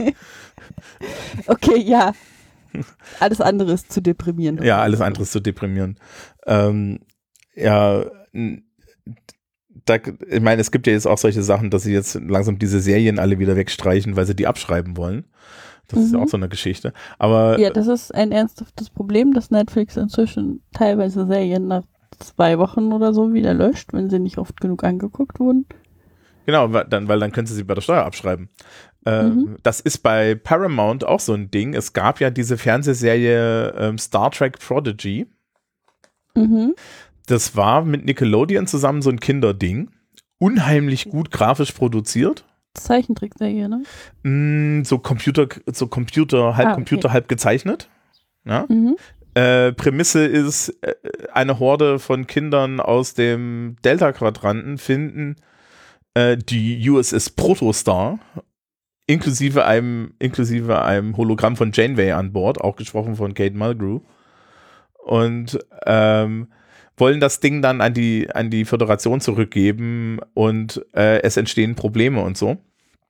Okay, ja. Alles andere ist zu deprimierend. Ja, alles andere ist zu deprimierend. Ähm, ja, n- da, ich meine, es gibt ja jetzt auch solche Sachen, dass sie jetzt langsam diese Serien alle wieder wegstreichen, weil sie die abschreiben wollen. Das ist ja Mhm. auch so eine Geschichte. Aber Ja, das ist ein ernsthaftes Problem, dass Netflix inzwischen teilweise Serien nach zwei Wochen oder so wieder löscht, wenn sie nicht oft genug angeguckt wurden. genau, weil dann, weil dann können sie sie bei der Steuer abschreiben. Äh, Mhm. Das ist bei Paramount auch so ein Ding. Es gab ja diese Fernsehserie ähm, Star Trek Prodigy. Mhm. Das war mit Nickelodeon zusammen so ein Kinderding. Unheimlich gut grafisch produziert. Zeichentrickserie, ne? Mm, so Computer, so Computer, halb Ah, okay. Computer, halb gezeichnet. Ja? Mhm. Äh, Prämisse ist, äh, eine Horde von Kindern aus dem Delta-Quadranten finden äh, die U S S Protostar inklusive einem, inklusive einem Hologramm von Janeway an Bord, auch gesprochen von Kate Mulgrew. Und ähm, wollen das Ding dann an die, an die Föderation zurückgeben und äh, es entstehen Probleme und so.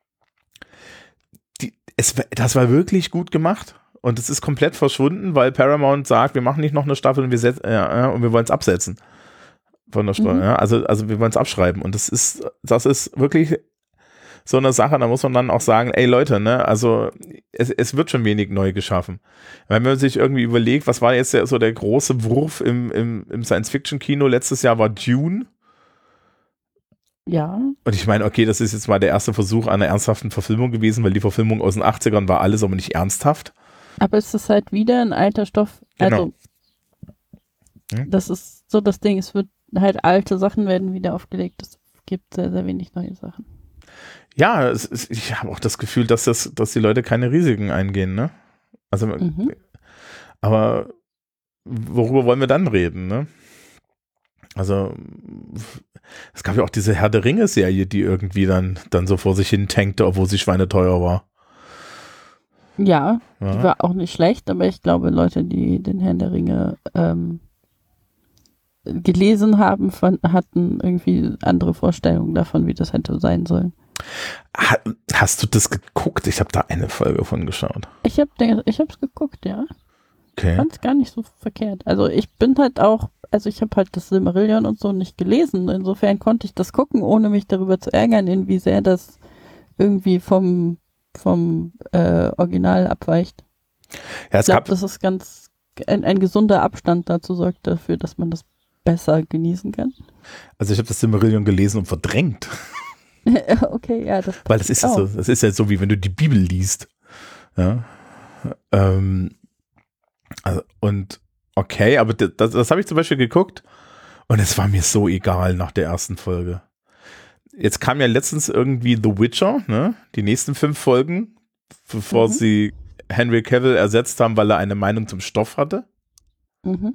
Die, es, das war wirklich gut gemacht und es ist komplett verschwunden, weil Paramount sagt, wir machen nicht noch eine Staffel und wir, set, ja, ja, und wir wollen es absetzen. Von der Steuer, Mhm. ja, also, also wir wollen es abschreiben und das ist, das ist wirklich so eine Sache, da muss man dann auch sagen, ey Leute, ne, also es, es wird schon wenig neu geschaffen. Wenn man sich irgendwie überlegt, was war jetzt der, so der große Wurf im, im, im Science-Fiction-Kino letztes Jahr, war Dune. Ja. Und ich meine, okay, das ist jetzt mal der erste Versuch einer ernsthaften Verfilmung gewesen, weil die Verfilmung aus den achtzigern war alles, aber nicht ernsthaft. Aber es ist halt wieder ein alter Stoff. Also, Genau. Hm? das ist so das Ding, es wird halt alte Sachen werden wieder aufgelegt. Es gibt sehr, sehr wenig neue Sachen. Ja, es ist, ich habe auch das Gefühl, dass, das, dass die Leute keine Risiken eingehen, ne? Also, mhm. aber worüber wollen wir dann reden, ne? Also, es gab ja auch diese Herr der Ringe-Serie, die irgendwie dann, dann so vor sich hin tankte, obwohl sie schweineteuer war. Ja, ja, die war auch nicht schlecht, aber ich glaube, Leute, die den Herrn der Ringe ähm, gelesen haben, von, hatten irgendwie andere Vorstellungen davon, wie das hätte sein sollen. Hast du das geguckt? Ich habe da eine Folge von geschaut. Ich habe ich hab's geguckt, ja. Okay. Ich fand's gar nicht so verkehrt. Also ich bin halt auch, also ich habe halt das Silmarillion und so nicht gelesen. Insofern konnte ich das gucken, ohne mich darüber zu ärgern, inwie sehr das irgendwie vom, vom äh, Original abweicht. Ja, ich glaube, das ist ganz, ein, ein gesunder Abstand dazu sorgt dafür, dass man das besser genießen kann. Also ich habe das Silmarillion gelesen und verdrängt. Okay, ja, das Weil das ist ja so, das ist ja so, wie wenn du die Bibel liest. Ja. Ähm, also, und okay, aber das, das habe ich zum Beispiel geguckt und es war mir so egal nach der ersten Folge. Jetzt kam ja letztens irgendwie The Witcher, ne? Die nächsten fünf Folgen, bevor mhm. sie Henry Cavill ersetzt haben, weil er eine Meinung zum Stoff hatte. Mhm.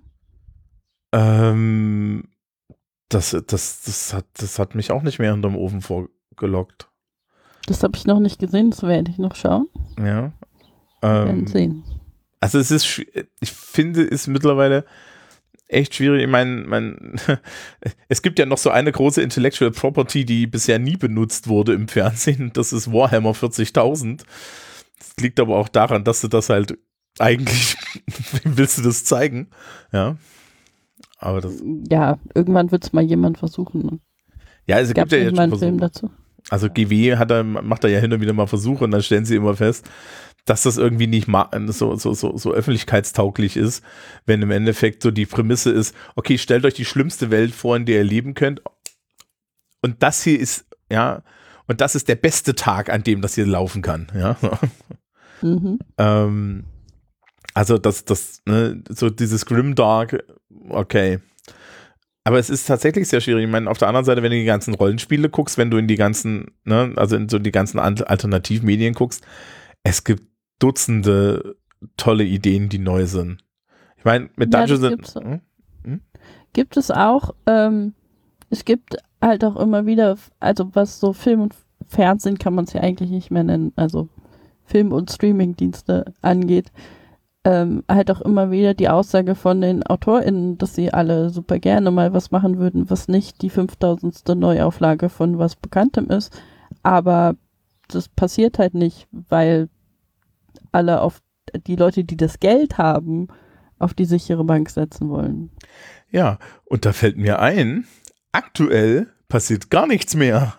Ähm, das, das, das, hat, das hat mich auch nicht mehr hinterm Ofen vorgelockt. Das habe ich noch nicht gesehen, das werde ich noch schauen. Ja. Wir werden sehen. Also es ist, ich finde, es ist mittlerweile echt schwierig. Ich meine, mein, es gibt ja noch so eine große Intellectual Property, die bisher nie benutzt wurde im Fernsehen. Das ist Warhammer vierzigtausend. Das liegt aber auch daran, dass du das halt eigentlich, wem willst du das zeigen? Ja. Aber das. Ja, irgendwann wird es mal jemand versuchen. Ja, es gibt ja jetzt mal einen Film dazu. Also G W hat er, macht da ja hin und wieder mal Versuche und dann stellen sie immer fest, dass das irgendwie nicht so, so, so, so öffentlichkeitstauglich ist, wenn im Endeffekt so die Prämisse ist, okay, stellt euch die schlimmste Welt vor, in der ihr leben könnt und das hier ist, ja, und das ist der beste Tag, an dem das hier laufen kann, ja. Mhm. ähm, also das, das, ne, so dieses Grimdark, okay. Aber es ist tatsächlich sehr schwierig. Ich meine, auf der anderen Seite, wenn du die ganzen Rollenspiele guckst, wenn du in die ganzen, ne, also in so die ganzen Alternativmedien guckst, es gibt Dutzende tolle Ideen, die neu sind. Ich meine, mit ja, Dungeons gibt's, hm? Hm? Gibt es auch, ähm, es gibt halt auch immer wieder, also was so Film und Fernsehen kann man es ja eigentlich nicht mehr nennen, also Film- und Streamingdienste angeht, Ähm, halt auch immer wieder die Aussage von den AutorInnen, dass sie alle super gerne mal was machen würden, was nicht die fünftausendste Neuauflage von was Bekanntem ist. Aber das passiert halt nicht, weil alle auf die Leute, die das Geld haben, auf die sichere Bank setzen wollen. Ja, und da fällt mir ein, aktuell passiert gar nichts mehr.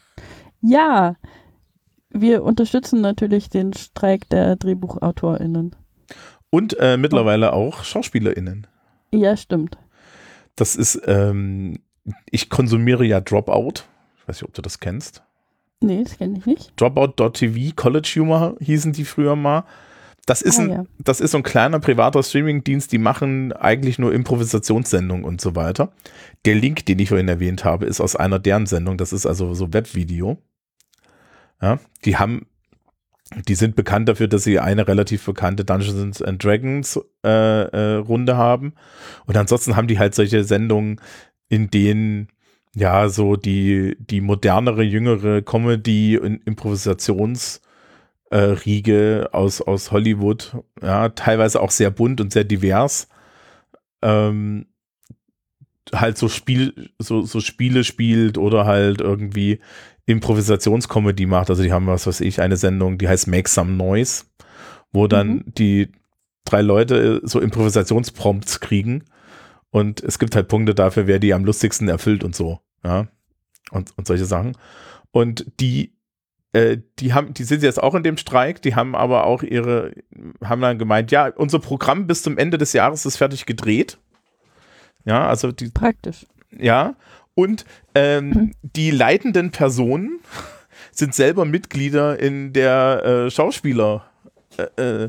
Ja, wir unterstützen natürlich den Streik der DrehbuchautorInnen. Und äh, mittlerweile auch SchauspielerInnen. Ja, stimmt. Das ist, ähm, ich konsumiere ja Dropout. Ich weiß nicht, ob du das kennst. Nee, das kenne ich nicht. Dropout Punkt T V, College Humor hießen die früher mal. Das ist, ah, ein, ja. das ist so ein kleiner privater Streamingdienst, die machen eigentlich nur Improvisationssendungen und so weiter. Der Link, den ich vorhin erwähnt habe, ist aus einer deren Sendung. Das ist also so Webvideo. Ja, die haben Die sind bekannt dafür, dass sie eine relativ bekannte Dungeons and Dragons äh, äh, Runde haben. Und ansonsten haben die halt solche Sendungen, in denen ja so die, die modernere, jüngere Comedy- und Improvisationsriege äh, aus, aus Hollywood, ja, teilweise auch sehr bunt und sehr divers, ähm, halt so Spiel, so, so Spiele spielt oder halt irgendwie Improvisationscomedy macht. Also die haben, was weiß ich, eine Sendung, die heißt Make Some Noise, wo dann mhm. die drei Leute so Improvisationsprompts kriegen und es gibt halt Punkte dafür, wer die am lustigsten erfüllt und so, ja, und, und solche Sachen. Und die, äh, die haben, die sind jetzt auch in dem Streik, die haben aber auch ihre, haben dann gemeint, ja, unser Programm bis zum Ende des Jahres ist fertig gedreht. Ja, also die. Praktisch. Ja, und ähm, mhm. die leitenden Personen sind selber Mitglieder in der äh, Schauspieler, äh,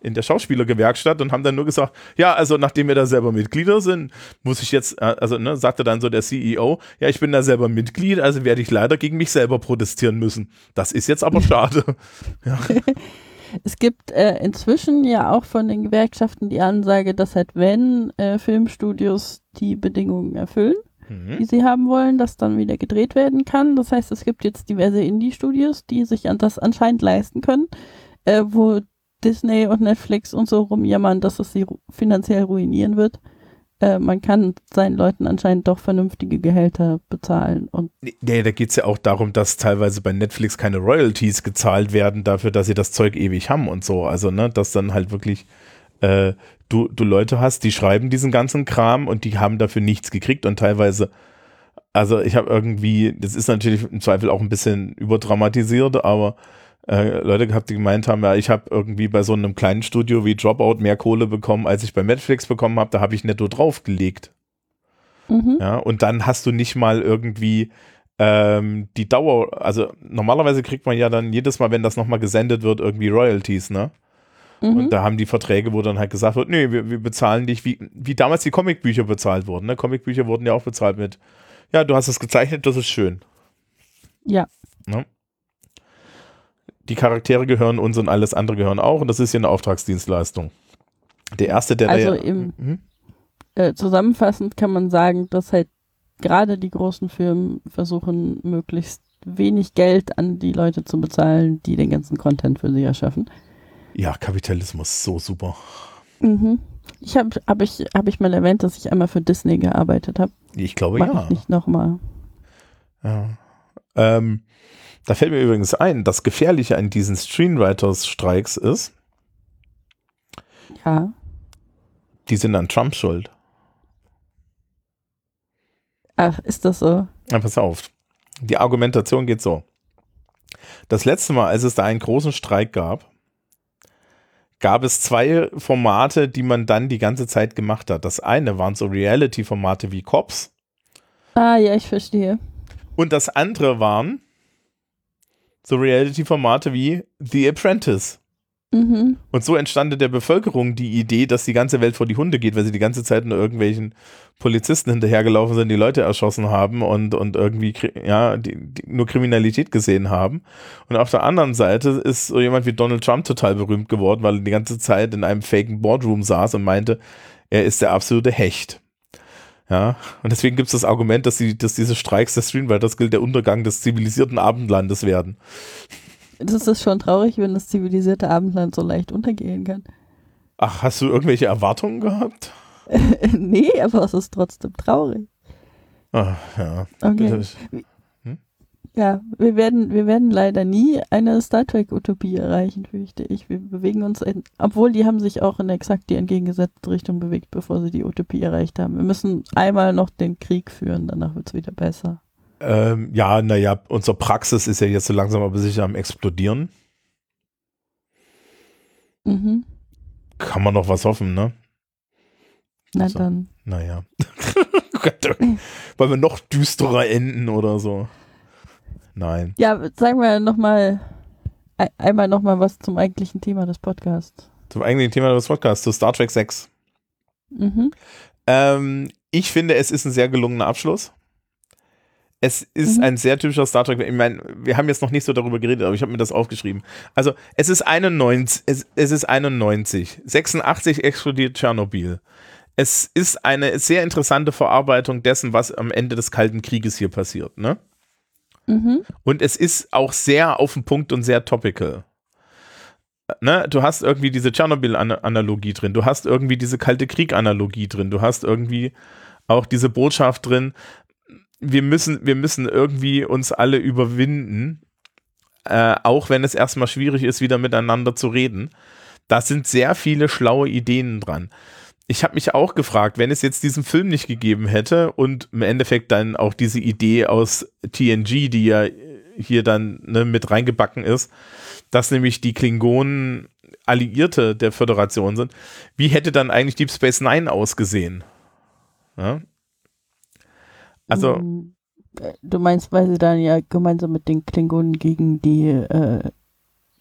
in der Schauspielergewerkschaft und haben dann nur gesagt, ja, also nachdem wir da selber Mitglieder sind, muss ich jetzt, also ne, sagte dann so der C E O, ja, ich bin da selber Mitglied, also werde ich leider gegen mich selber protestieren müssen. Das ist jetzt aber schade. Ja. Es gibt äh, inzwischen ja auch von den Gewerkschaften die Ansage, dass halt wenn äh, Filmstudios die Bedingungen erfüllen, mhm. die sie haben wollen, dass dann wieder gedreht werden kann. Das heißt, es gibt jetzt diverse Indie-Studios, die sich an das anscheinend leisten können, äh, wo Disney und Netflix und so rumjammern, dass es sie ru- finanziell ruinieren wird. Äh, man kann seinen Leuten anscheinend doch vernünftige Gehälter bezahlen. Und nee, da geht es ja auch darum, dass teilweise bei Netflix keine Royalties gezahlt werden dafür, dass sie das Zeug ewig haben und so. Also, ne, dass dann halt wirklich äh, du, du Leute hast, die schreiben diesen ganzen Kram und die haben dafür nichts gekriegt und teilweise, also ich habe irgendwie, das ist natürlich im Zweifel auch ein bisschen überdramatisiert, aber äh, Leute gehabt, die gemeint haben, ja, ich habe irgendwie bei so einem kleinen Studio wie Dropout mehr Kohle bekommen, als ich bei Netflix bekommen habe, da habe ich netto draufgelegt. Mhm. Ja, und dann hast du nicht mal irgendwie ähm, die Dauer, also normalerweise kriegt man ja dann jedes Mal, wenn das nochmal gesendet wird, irgendwie Royalties, ne? Mhm. Und da haben die Verträge, wo dann halt gesagt wird, nee, wir, wir bezahlen dich, wie, wie damals die Comicbücher bezahlt wurden, ne? Comicbücher wurden ja auch bezahlt mit, ja, du hast es gezeichnet, das ist schön. Ja. Ne? Die Charaktere gehören uns und alles andere gehören auch und das ist ja eine Auftragsdienstleistung. Der erste, der also da ja, im, mhm. äh, zusammenfassend kann man sagen, dass halt gerade die großen Firmen versuchen, möglichst wenig Geld an die Leute zu bezahlen, die den ganzen Content für sie erschaffen. Ja, Kapitalismus, so super. Mhm. Ich habe hab ich, hab ich mal erwähnt, dass ich einmal für Disney gearbeitet habe. Ich glaube, Mach ja. ich nicht nochmal. Ja. Ähm, Da fällt mir übrigens ein, das Gefährliche an diesen Screenwriters-Streiks ist, ja, die sind an Trump schuld. Ach, ist das so? Ja, pass auf. Die Argumentation geht so. Das letzte Mal, als es da einen großen Streik gab, gab es zwei Formate, die man dann die ganze Zeit gemacht hat. Das eine waren so Reality-Formate wie Cops. Ah, ja, ich verstehe. Und das andere waren so Reality-Formate wie The Apprentice. Mhm. Und so entstand in der Bevölkerung die Idee, dass die ganze Welt vor die Hunde geht, weil sie die ganze Zeit nur irgendwelchen Polizisten hinterhergelaufen sind, die Leute erschossen haben und, und irgendwie ja, die, die nur Kriminalität gesehen haben. Und auf der anderen Seite ist so jemand wie Donald Trump total berühmt geworden, weil er die ganze Zeit in einem faken Boardroom saß und meinte, er ist der absolute Hecht. Ja, und deswegen gibt es das Argument, dass, die, dass diese Streiks der Screenwriters gilt der Untergang des zivilisierten Abendlandes werden. Das ist schon traurig, wenn das zivilisierte Abendland so leicht untergehen kann. Ach, hast du irgendwelche Erwartungen gehabt? Nee, aber es ist trotzdem traurig. Ach, ja. Okay. Hm? Ja, wir werden, wir werden leider nie eine Star Trek-Utopie erreichen, fürchte ich. Wir bewegen uns, in, obwohl die haben sich auch in exakt die entgegengesetzte Richtung bewegt, bevor sie die Utopie erreicht haben. Wir müssen einmal noch den Krieg führen, danach wird es wieder besser. Ähm, ja, naja, unsere Praxis ist ja jetzt so langsam aber sicher am explodieren. Mhm. Kann man noch was hoffen, ne? Na also, dann. Naja. Wollen wir noch düsterer enden oder so? Nein. Ja, sagen wir nochmal, einmal nochmal was zum eigentlichen Thema des Podcasts. Zum eigentlichen Thema des Podcasts, zu Star Trek sechs. Mhm. Ähm, ich finde, es ist ein sehr gelungener Abschluss. Es ist mhm. ein sehr typischer Star Trek. Ich meine, wir haben jetzt noch nicht so darüber geredet, aber ich habe mir das aufgeschrieben. Also, es ist einundneunzig, es, es ist einundneunzig. sechsundachtzig explodiert Tschernobyl. Es ist eine sehr interessante Verarbeitung dessen, was am Ende des Kalten Krieges hier passiert, ne? Mhm. Und es ist auch sehr auf den Punkt und sehr topical. Ne? Du hast irgendwie diese Tschernobyl-Analogie drin, du hast irgendwie diese Kalte Krieg-Analogie drin, du hast irgendwie auch diese Botschaft drin, wir müssen, wir müssen irgendwie uns alle überwinden, äh, auch wenn es erstmal schwierig ist, wieder miteinander zu reden. Da sind sehr viele schlaue Ideen dran. Ich habe mich auch gefragt, wenn es jetzt diesen Film nicht gegeben hätte und im Endeffekt dann auch diese Idee aus T N G, die ja hier dann ne, mit reingebacken ist, dass nämlich die Klingonen Alliierte der Föderation sind, wie hätte dann eigentlich Deep Space Nine ausgesehen? Ja? Also du meinst, weil sie dann ja gemeinsam mit den Klingonen gegen die äh,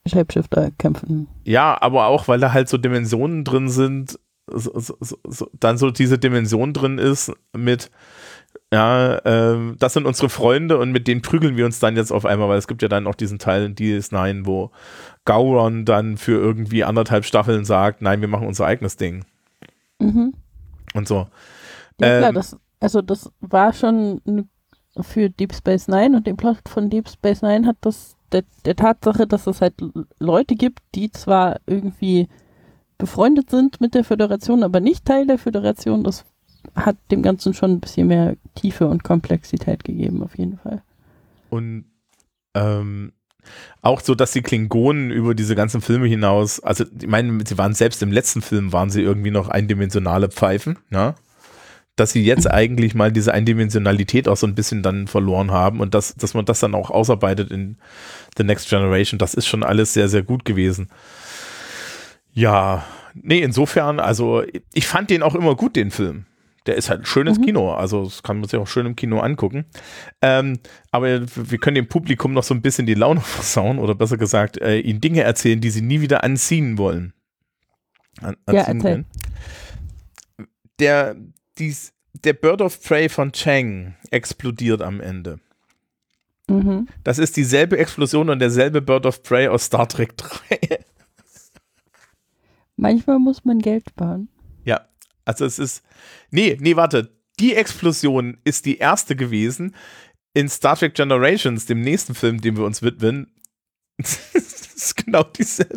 Shapeshifter kämpfen. Ja, aber auch, weil da halt so Dimensionen drin sind, so, so, so, dann so diese Dimension drin ist mit, ja, ähm, das sind unsere Freunde und mit denen prügeln wir uns dann jetzt auf einmal, weil es gibt ja dann auch diesen Teil in D S neun, wo Gowron dann für irgendwie anderthalb Staffeln sagt, nein, wir machen unser eigenes Ding. Mhm. Und so. Ja, klar, ähm, das, also das war schon eine, für Deep Space Nine und den Plot von Deep Space Nine hat das der, der Tatsache, dass es halt Leute gibt, die zwar irgendwie befreundet sind mit der Föderation, aber nicht Teil der Föderation, das hat dem Ganzen schon ein bisschen mehr Tiefe und Komplexität gegeben, auf jeden Fall. Und ähm, auch so, dass die Klingonen über diese ganzen Filme hinaus, also ich meine, sie waren selbst im letzten Film, waren sie irgendwie noch eindimensionale Pfeifen, ja, dass sie jetzt eigentlich mal diese Eindimensionalität auch so ein bisschen dann verloren haben und dass, dass man das dann auch ausarbeitet in The Next Generation, das ist schon alles sehr, sehr gut gewesen. Ja, nee, insofern, also ich fand den auch immer gut, den Film. Der ist halt ein schönes mhm. Kino, also das kann man sich auch schön im Kino angucken. Ähm, aber wir können dem Publikum noch so ein bisschen die Laune versauen oder besser gesagt, äh, ihnen Dinge erzählen, die sie nie wieder anziehen wollen. An, anziehen ja, erzähl. Der, dies, der Bird of Prey von Chang explodiert am Ende. Mhm. Das ist dieselbe Explosion und derselbe Bird of Prey aus Star Trek drei. Manchmal muss man Geld sparen. Ja, also es ist, nee, nee, warte, die Explosion ist die erste gewesen in Star Trek Generations, dem nächsten Film, dem wir uns widmen. Das ist genau dieselbe.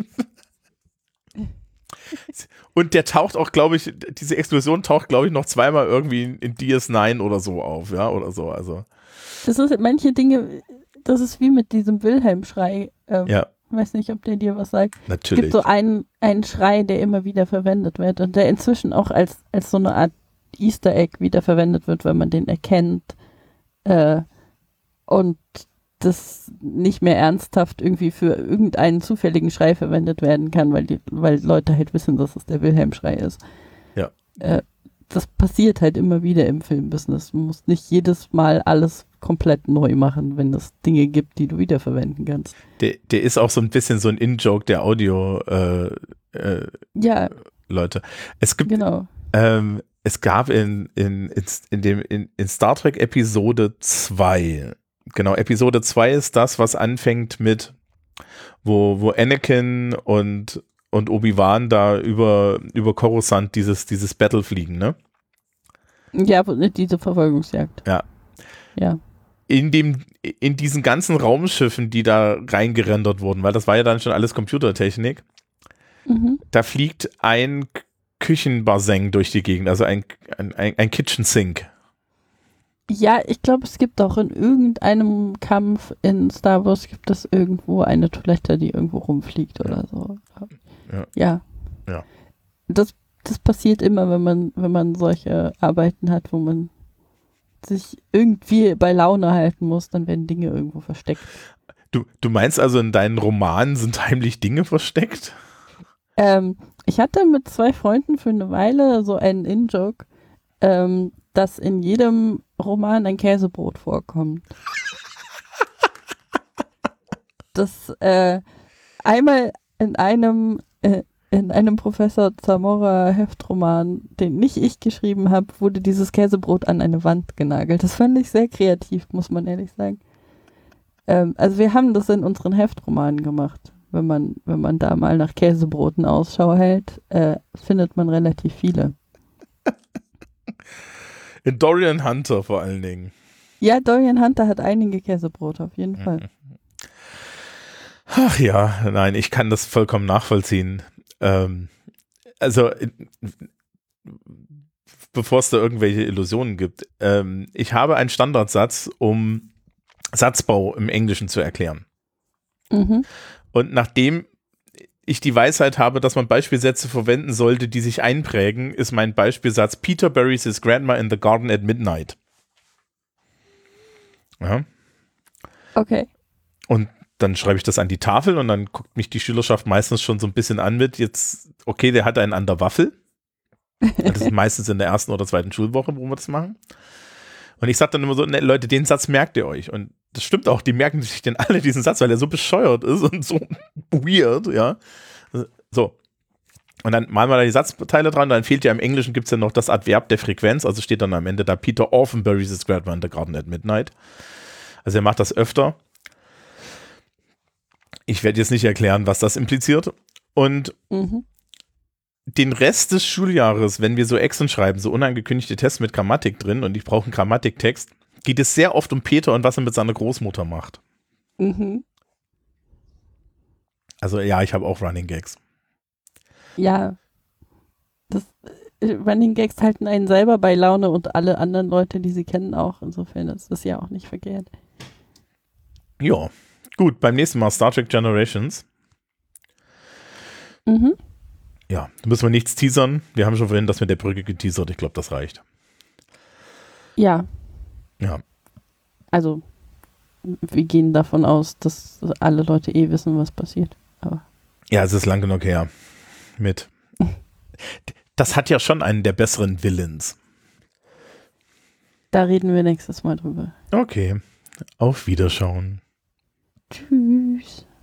Und der taucht auch, glaube ich, diese Explosion taucht, glaube ich, noch zweimal irgendwie in, in D S neun oder so auf, ja, oder so, also. Das ist manche Dinge, das ist wie mit diesem Wilhelm-Schrei. Ähm, ja. Ich weiß nicht, ob der dir was sagt. Natürlich. Es gibt so einen, einen Schrei, der immer wieder verwendet wird und der inzwischen auch als, als so eine Art Easter Egg wieder verwendet wird, weil man den erkennt äh, und das nicht mehr ernsthaft irgendwie für irgendeinen zufälligen Schrei verwendet werden kann, weil die, weil Leute halt wissen, dass es der Wilhelm-Schrei ist. Ja. Äh, das passiert halt immer wieder im Filmbusiness. Man muss nicht jedes Mal alles komplett neu machen, wenn es Dinge gibt, die du wiederverwenden kannst. Der, der ist auch so ein bisschen so ein In-Joke der Audio äh, äh, ja. Leute. Es gibt genau. ähm, es gab in, in, in, in dem in, in Star Trek Episode zwei, genau, Episode zwei ist das, was anfängt mit wo, wo Anakin und und Obi-Wan da über, über Coruscant dieses, dieses Battle fliegen, ne? Ja, diese Verfolgungsjagd. Ja. Ja. In dem, in diesen ganzen Raumschiffen, die da reingerendert wurden, weil das war ja dann schon alles Computertechnik, mhm. da fliegt ein Küchenbassin durch die Gegend, also ein, ein, ein Kitchen Sink. Ja, ich glaube, es gibt auch in irgendeinem Kampf in Star Wars gibt es irgendwo eine Toilette, die irgendwo rumfliegt oder so. Ja. Ja. ja. Das, das passiert immer, wenn man, wenn man solche Arbeiten hat, wo man sich irgendwie bei Laune halten muss, dann werden Dinge irgendwo versteckt. Du, du meinst also, in deinen Romanen sind heimlich Dinge versteckt? Ähm, ich hatte mit zwei Freunden für eine Weile so einen In-Joke, ähm, dass in jedem Roman ein Käsebrot vorkommt. Das äh, einmal in einem äh, in einem Professor Zamora Heftroman, den nicht ich geschrieben habe, wurde dieses Käsebrot an eine Wand genagelt. Das fand ich sehr kreativ, muss man ehrlich sagen. Ähm, also wir haben das in unseren Heftromanen gemacht. Wenn man, wenn man da mal nach Käsebroten Ausschau hält, äh, findet man relativ viele. In Dorian Hunter vor allen Dingen. Ja, Dorian Hunter hat einige Käsebrote, auf jeden Fall. Ach ja, nein, ich kann das vollkommen nachvollziehen. Ähm, also, bevor es da irgendwelche Illusionen gibt, ähm, ich habe einen Standardsatz, um Satzbau im Englischen zu erklären. Mhm. Und nachdem ich die Weisheit habe, dass man Beispielsätze verwenden sollte, die sich einprägen, ist mein Beispielsatz: Peter buries his grandma in the garden at midnight. Ja. Okay. Und dann schreibe ich das an die Tafel und dann guckt mich die Schülerschaft meistens schon so ein bisschen an mit, jetzt, okay, der hat einen an der Waffel. Das ist meistens in der ersten oder zweiten Schulwoche, wo wir das machen. Und ich sage dann immer so, ne, Leute, den Satz merkt ihr euch. Und das stimmt auch, die merken sich denn alle diesen Satz, weil er so bescheuert ist und so weird, ja. So. Und dann malen wir da die Satzteile dran, dann fehlt ja im Englischen, gibt es ja noch das Adverb der Frequenz, also steht dann am Ende da, Peter often buries his grandma in the garden at midnight. Also er macht das öfter. Ich werde jetzt nicht erklären, was das impliziert. Und mhm. den Rest des Schuljahres, wenn wir so Exen schreiben, so unangekündigte Tests mit Grammatik drin und ich brauche einen Grammatiktext, geht es sehr oft um Peter und was er mit seiner Großmutter macht. Mhm. Also ja, ich habe auch Running Gags. Ja, das Running Gags halten einen selber bei Laune und alle anderen Leute, die sie kennen, auch. Insofern ist das ja auch nicht verkehrt. Ja, gut, beim nächsten Mal Star Trek Generations. Mhm. Ja, da müssen wir nichts teasern. Wir haben schon vorhin das mit der Brücke geteasert. Ich glaube, das reicht. Ja. Ja. Also, wir gehen davon aus, dass alle Leute eh wissen, was passiert. Aber ja, es ist lang genug her. Mit. Das hat ja schon einen der besseren Villains. Da reden wir nächstes Mal drüber. Okay. Auf Wiederschauen. Tschüss.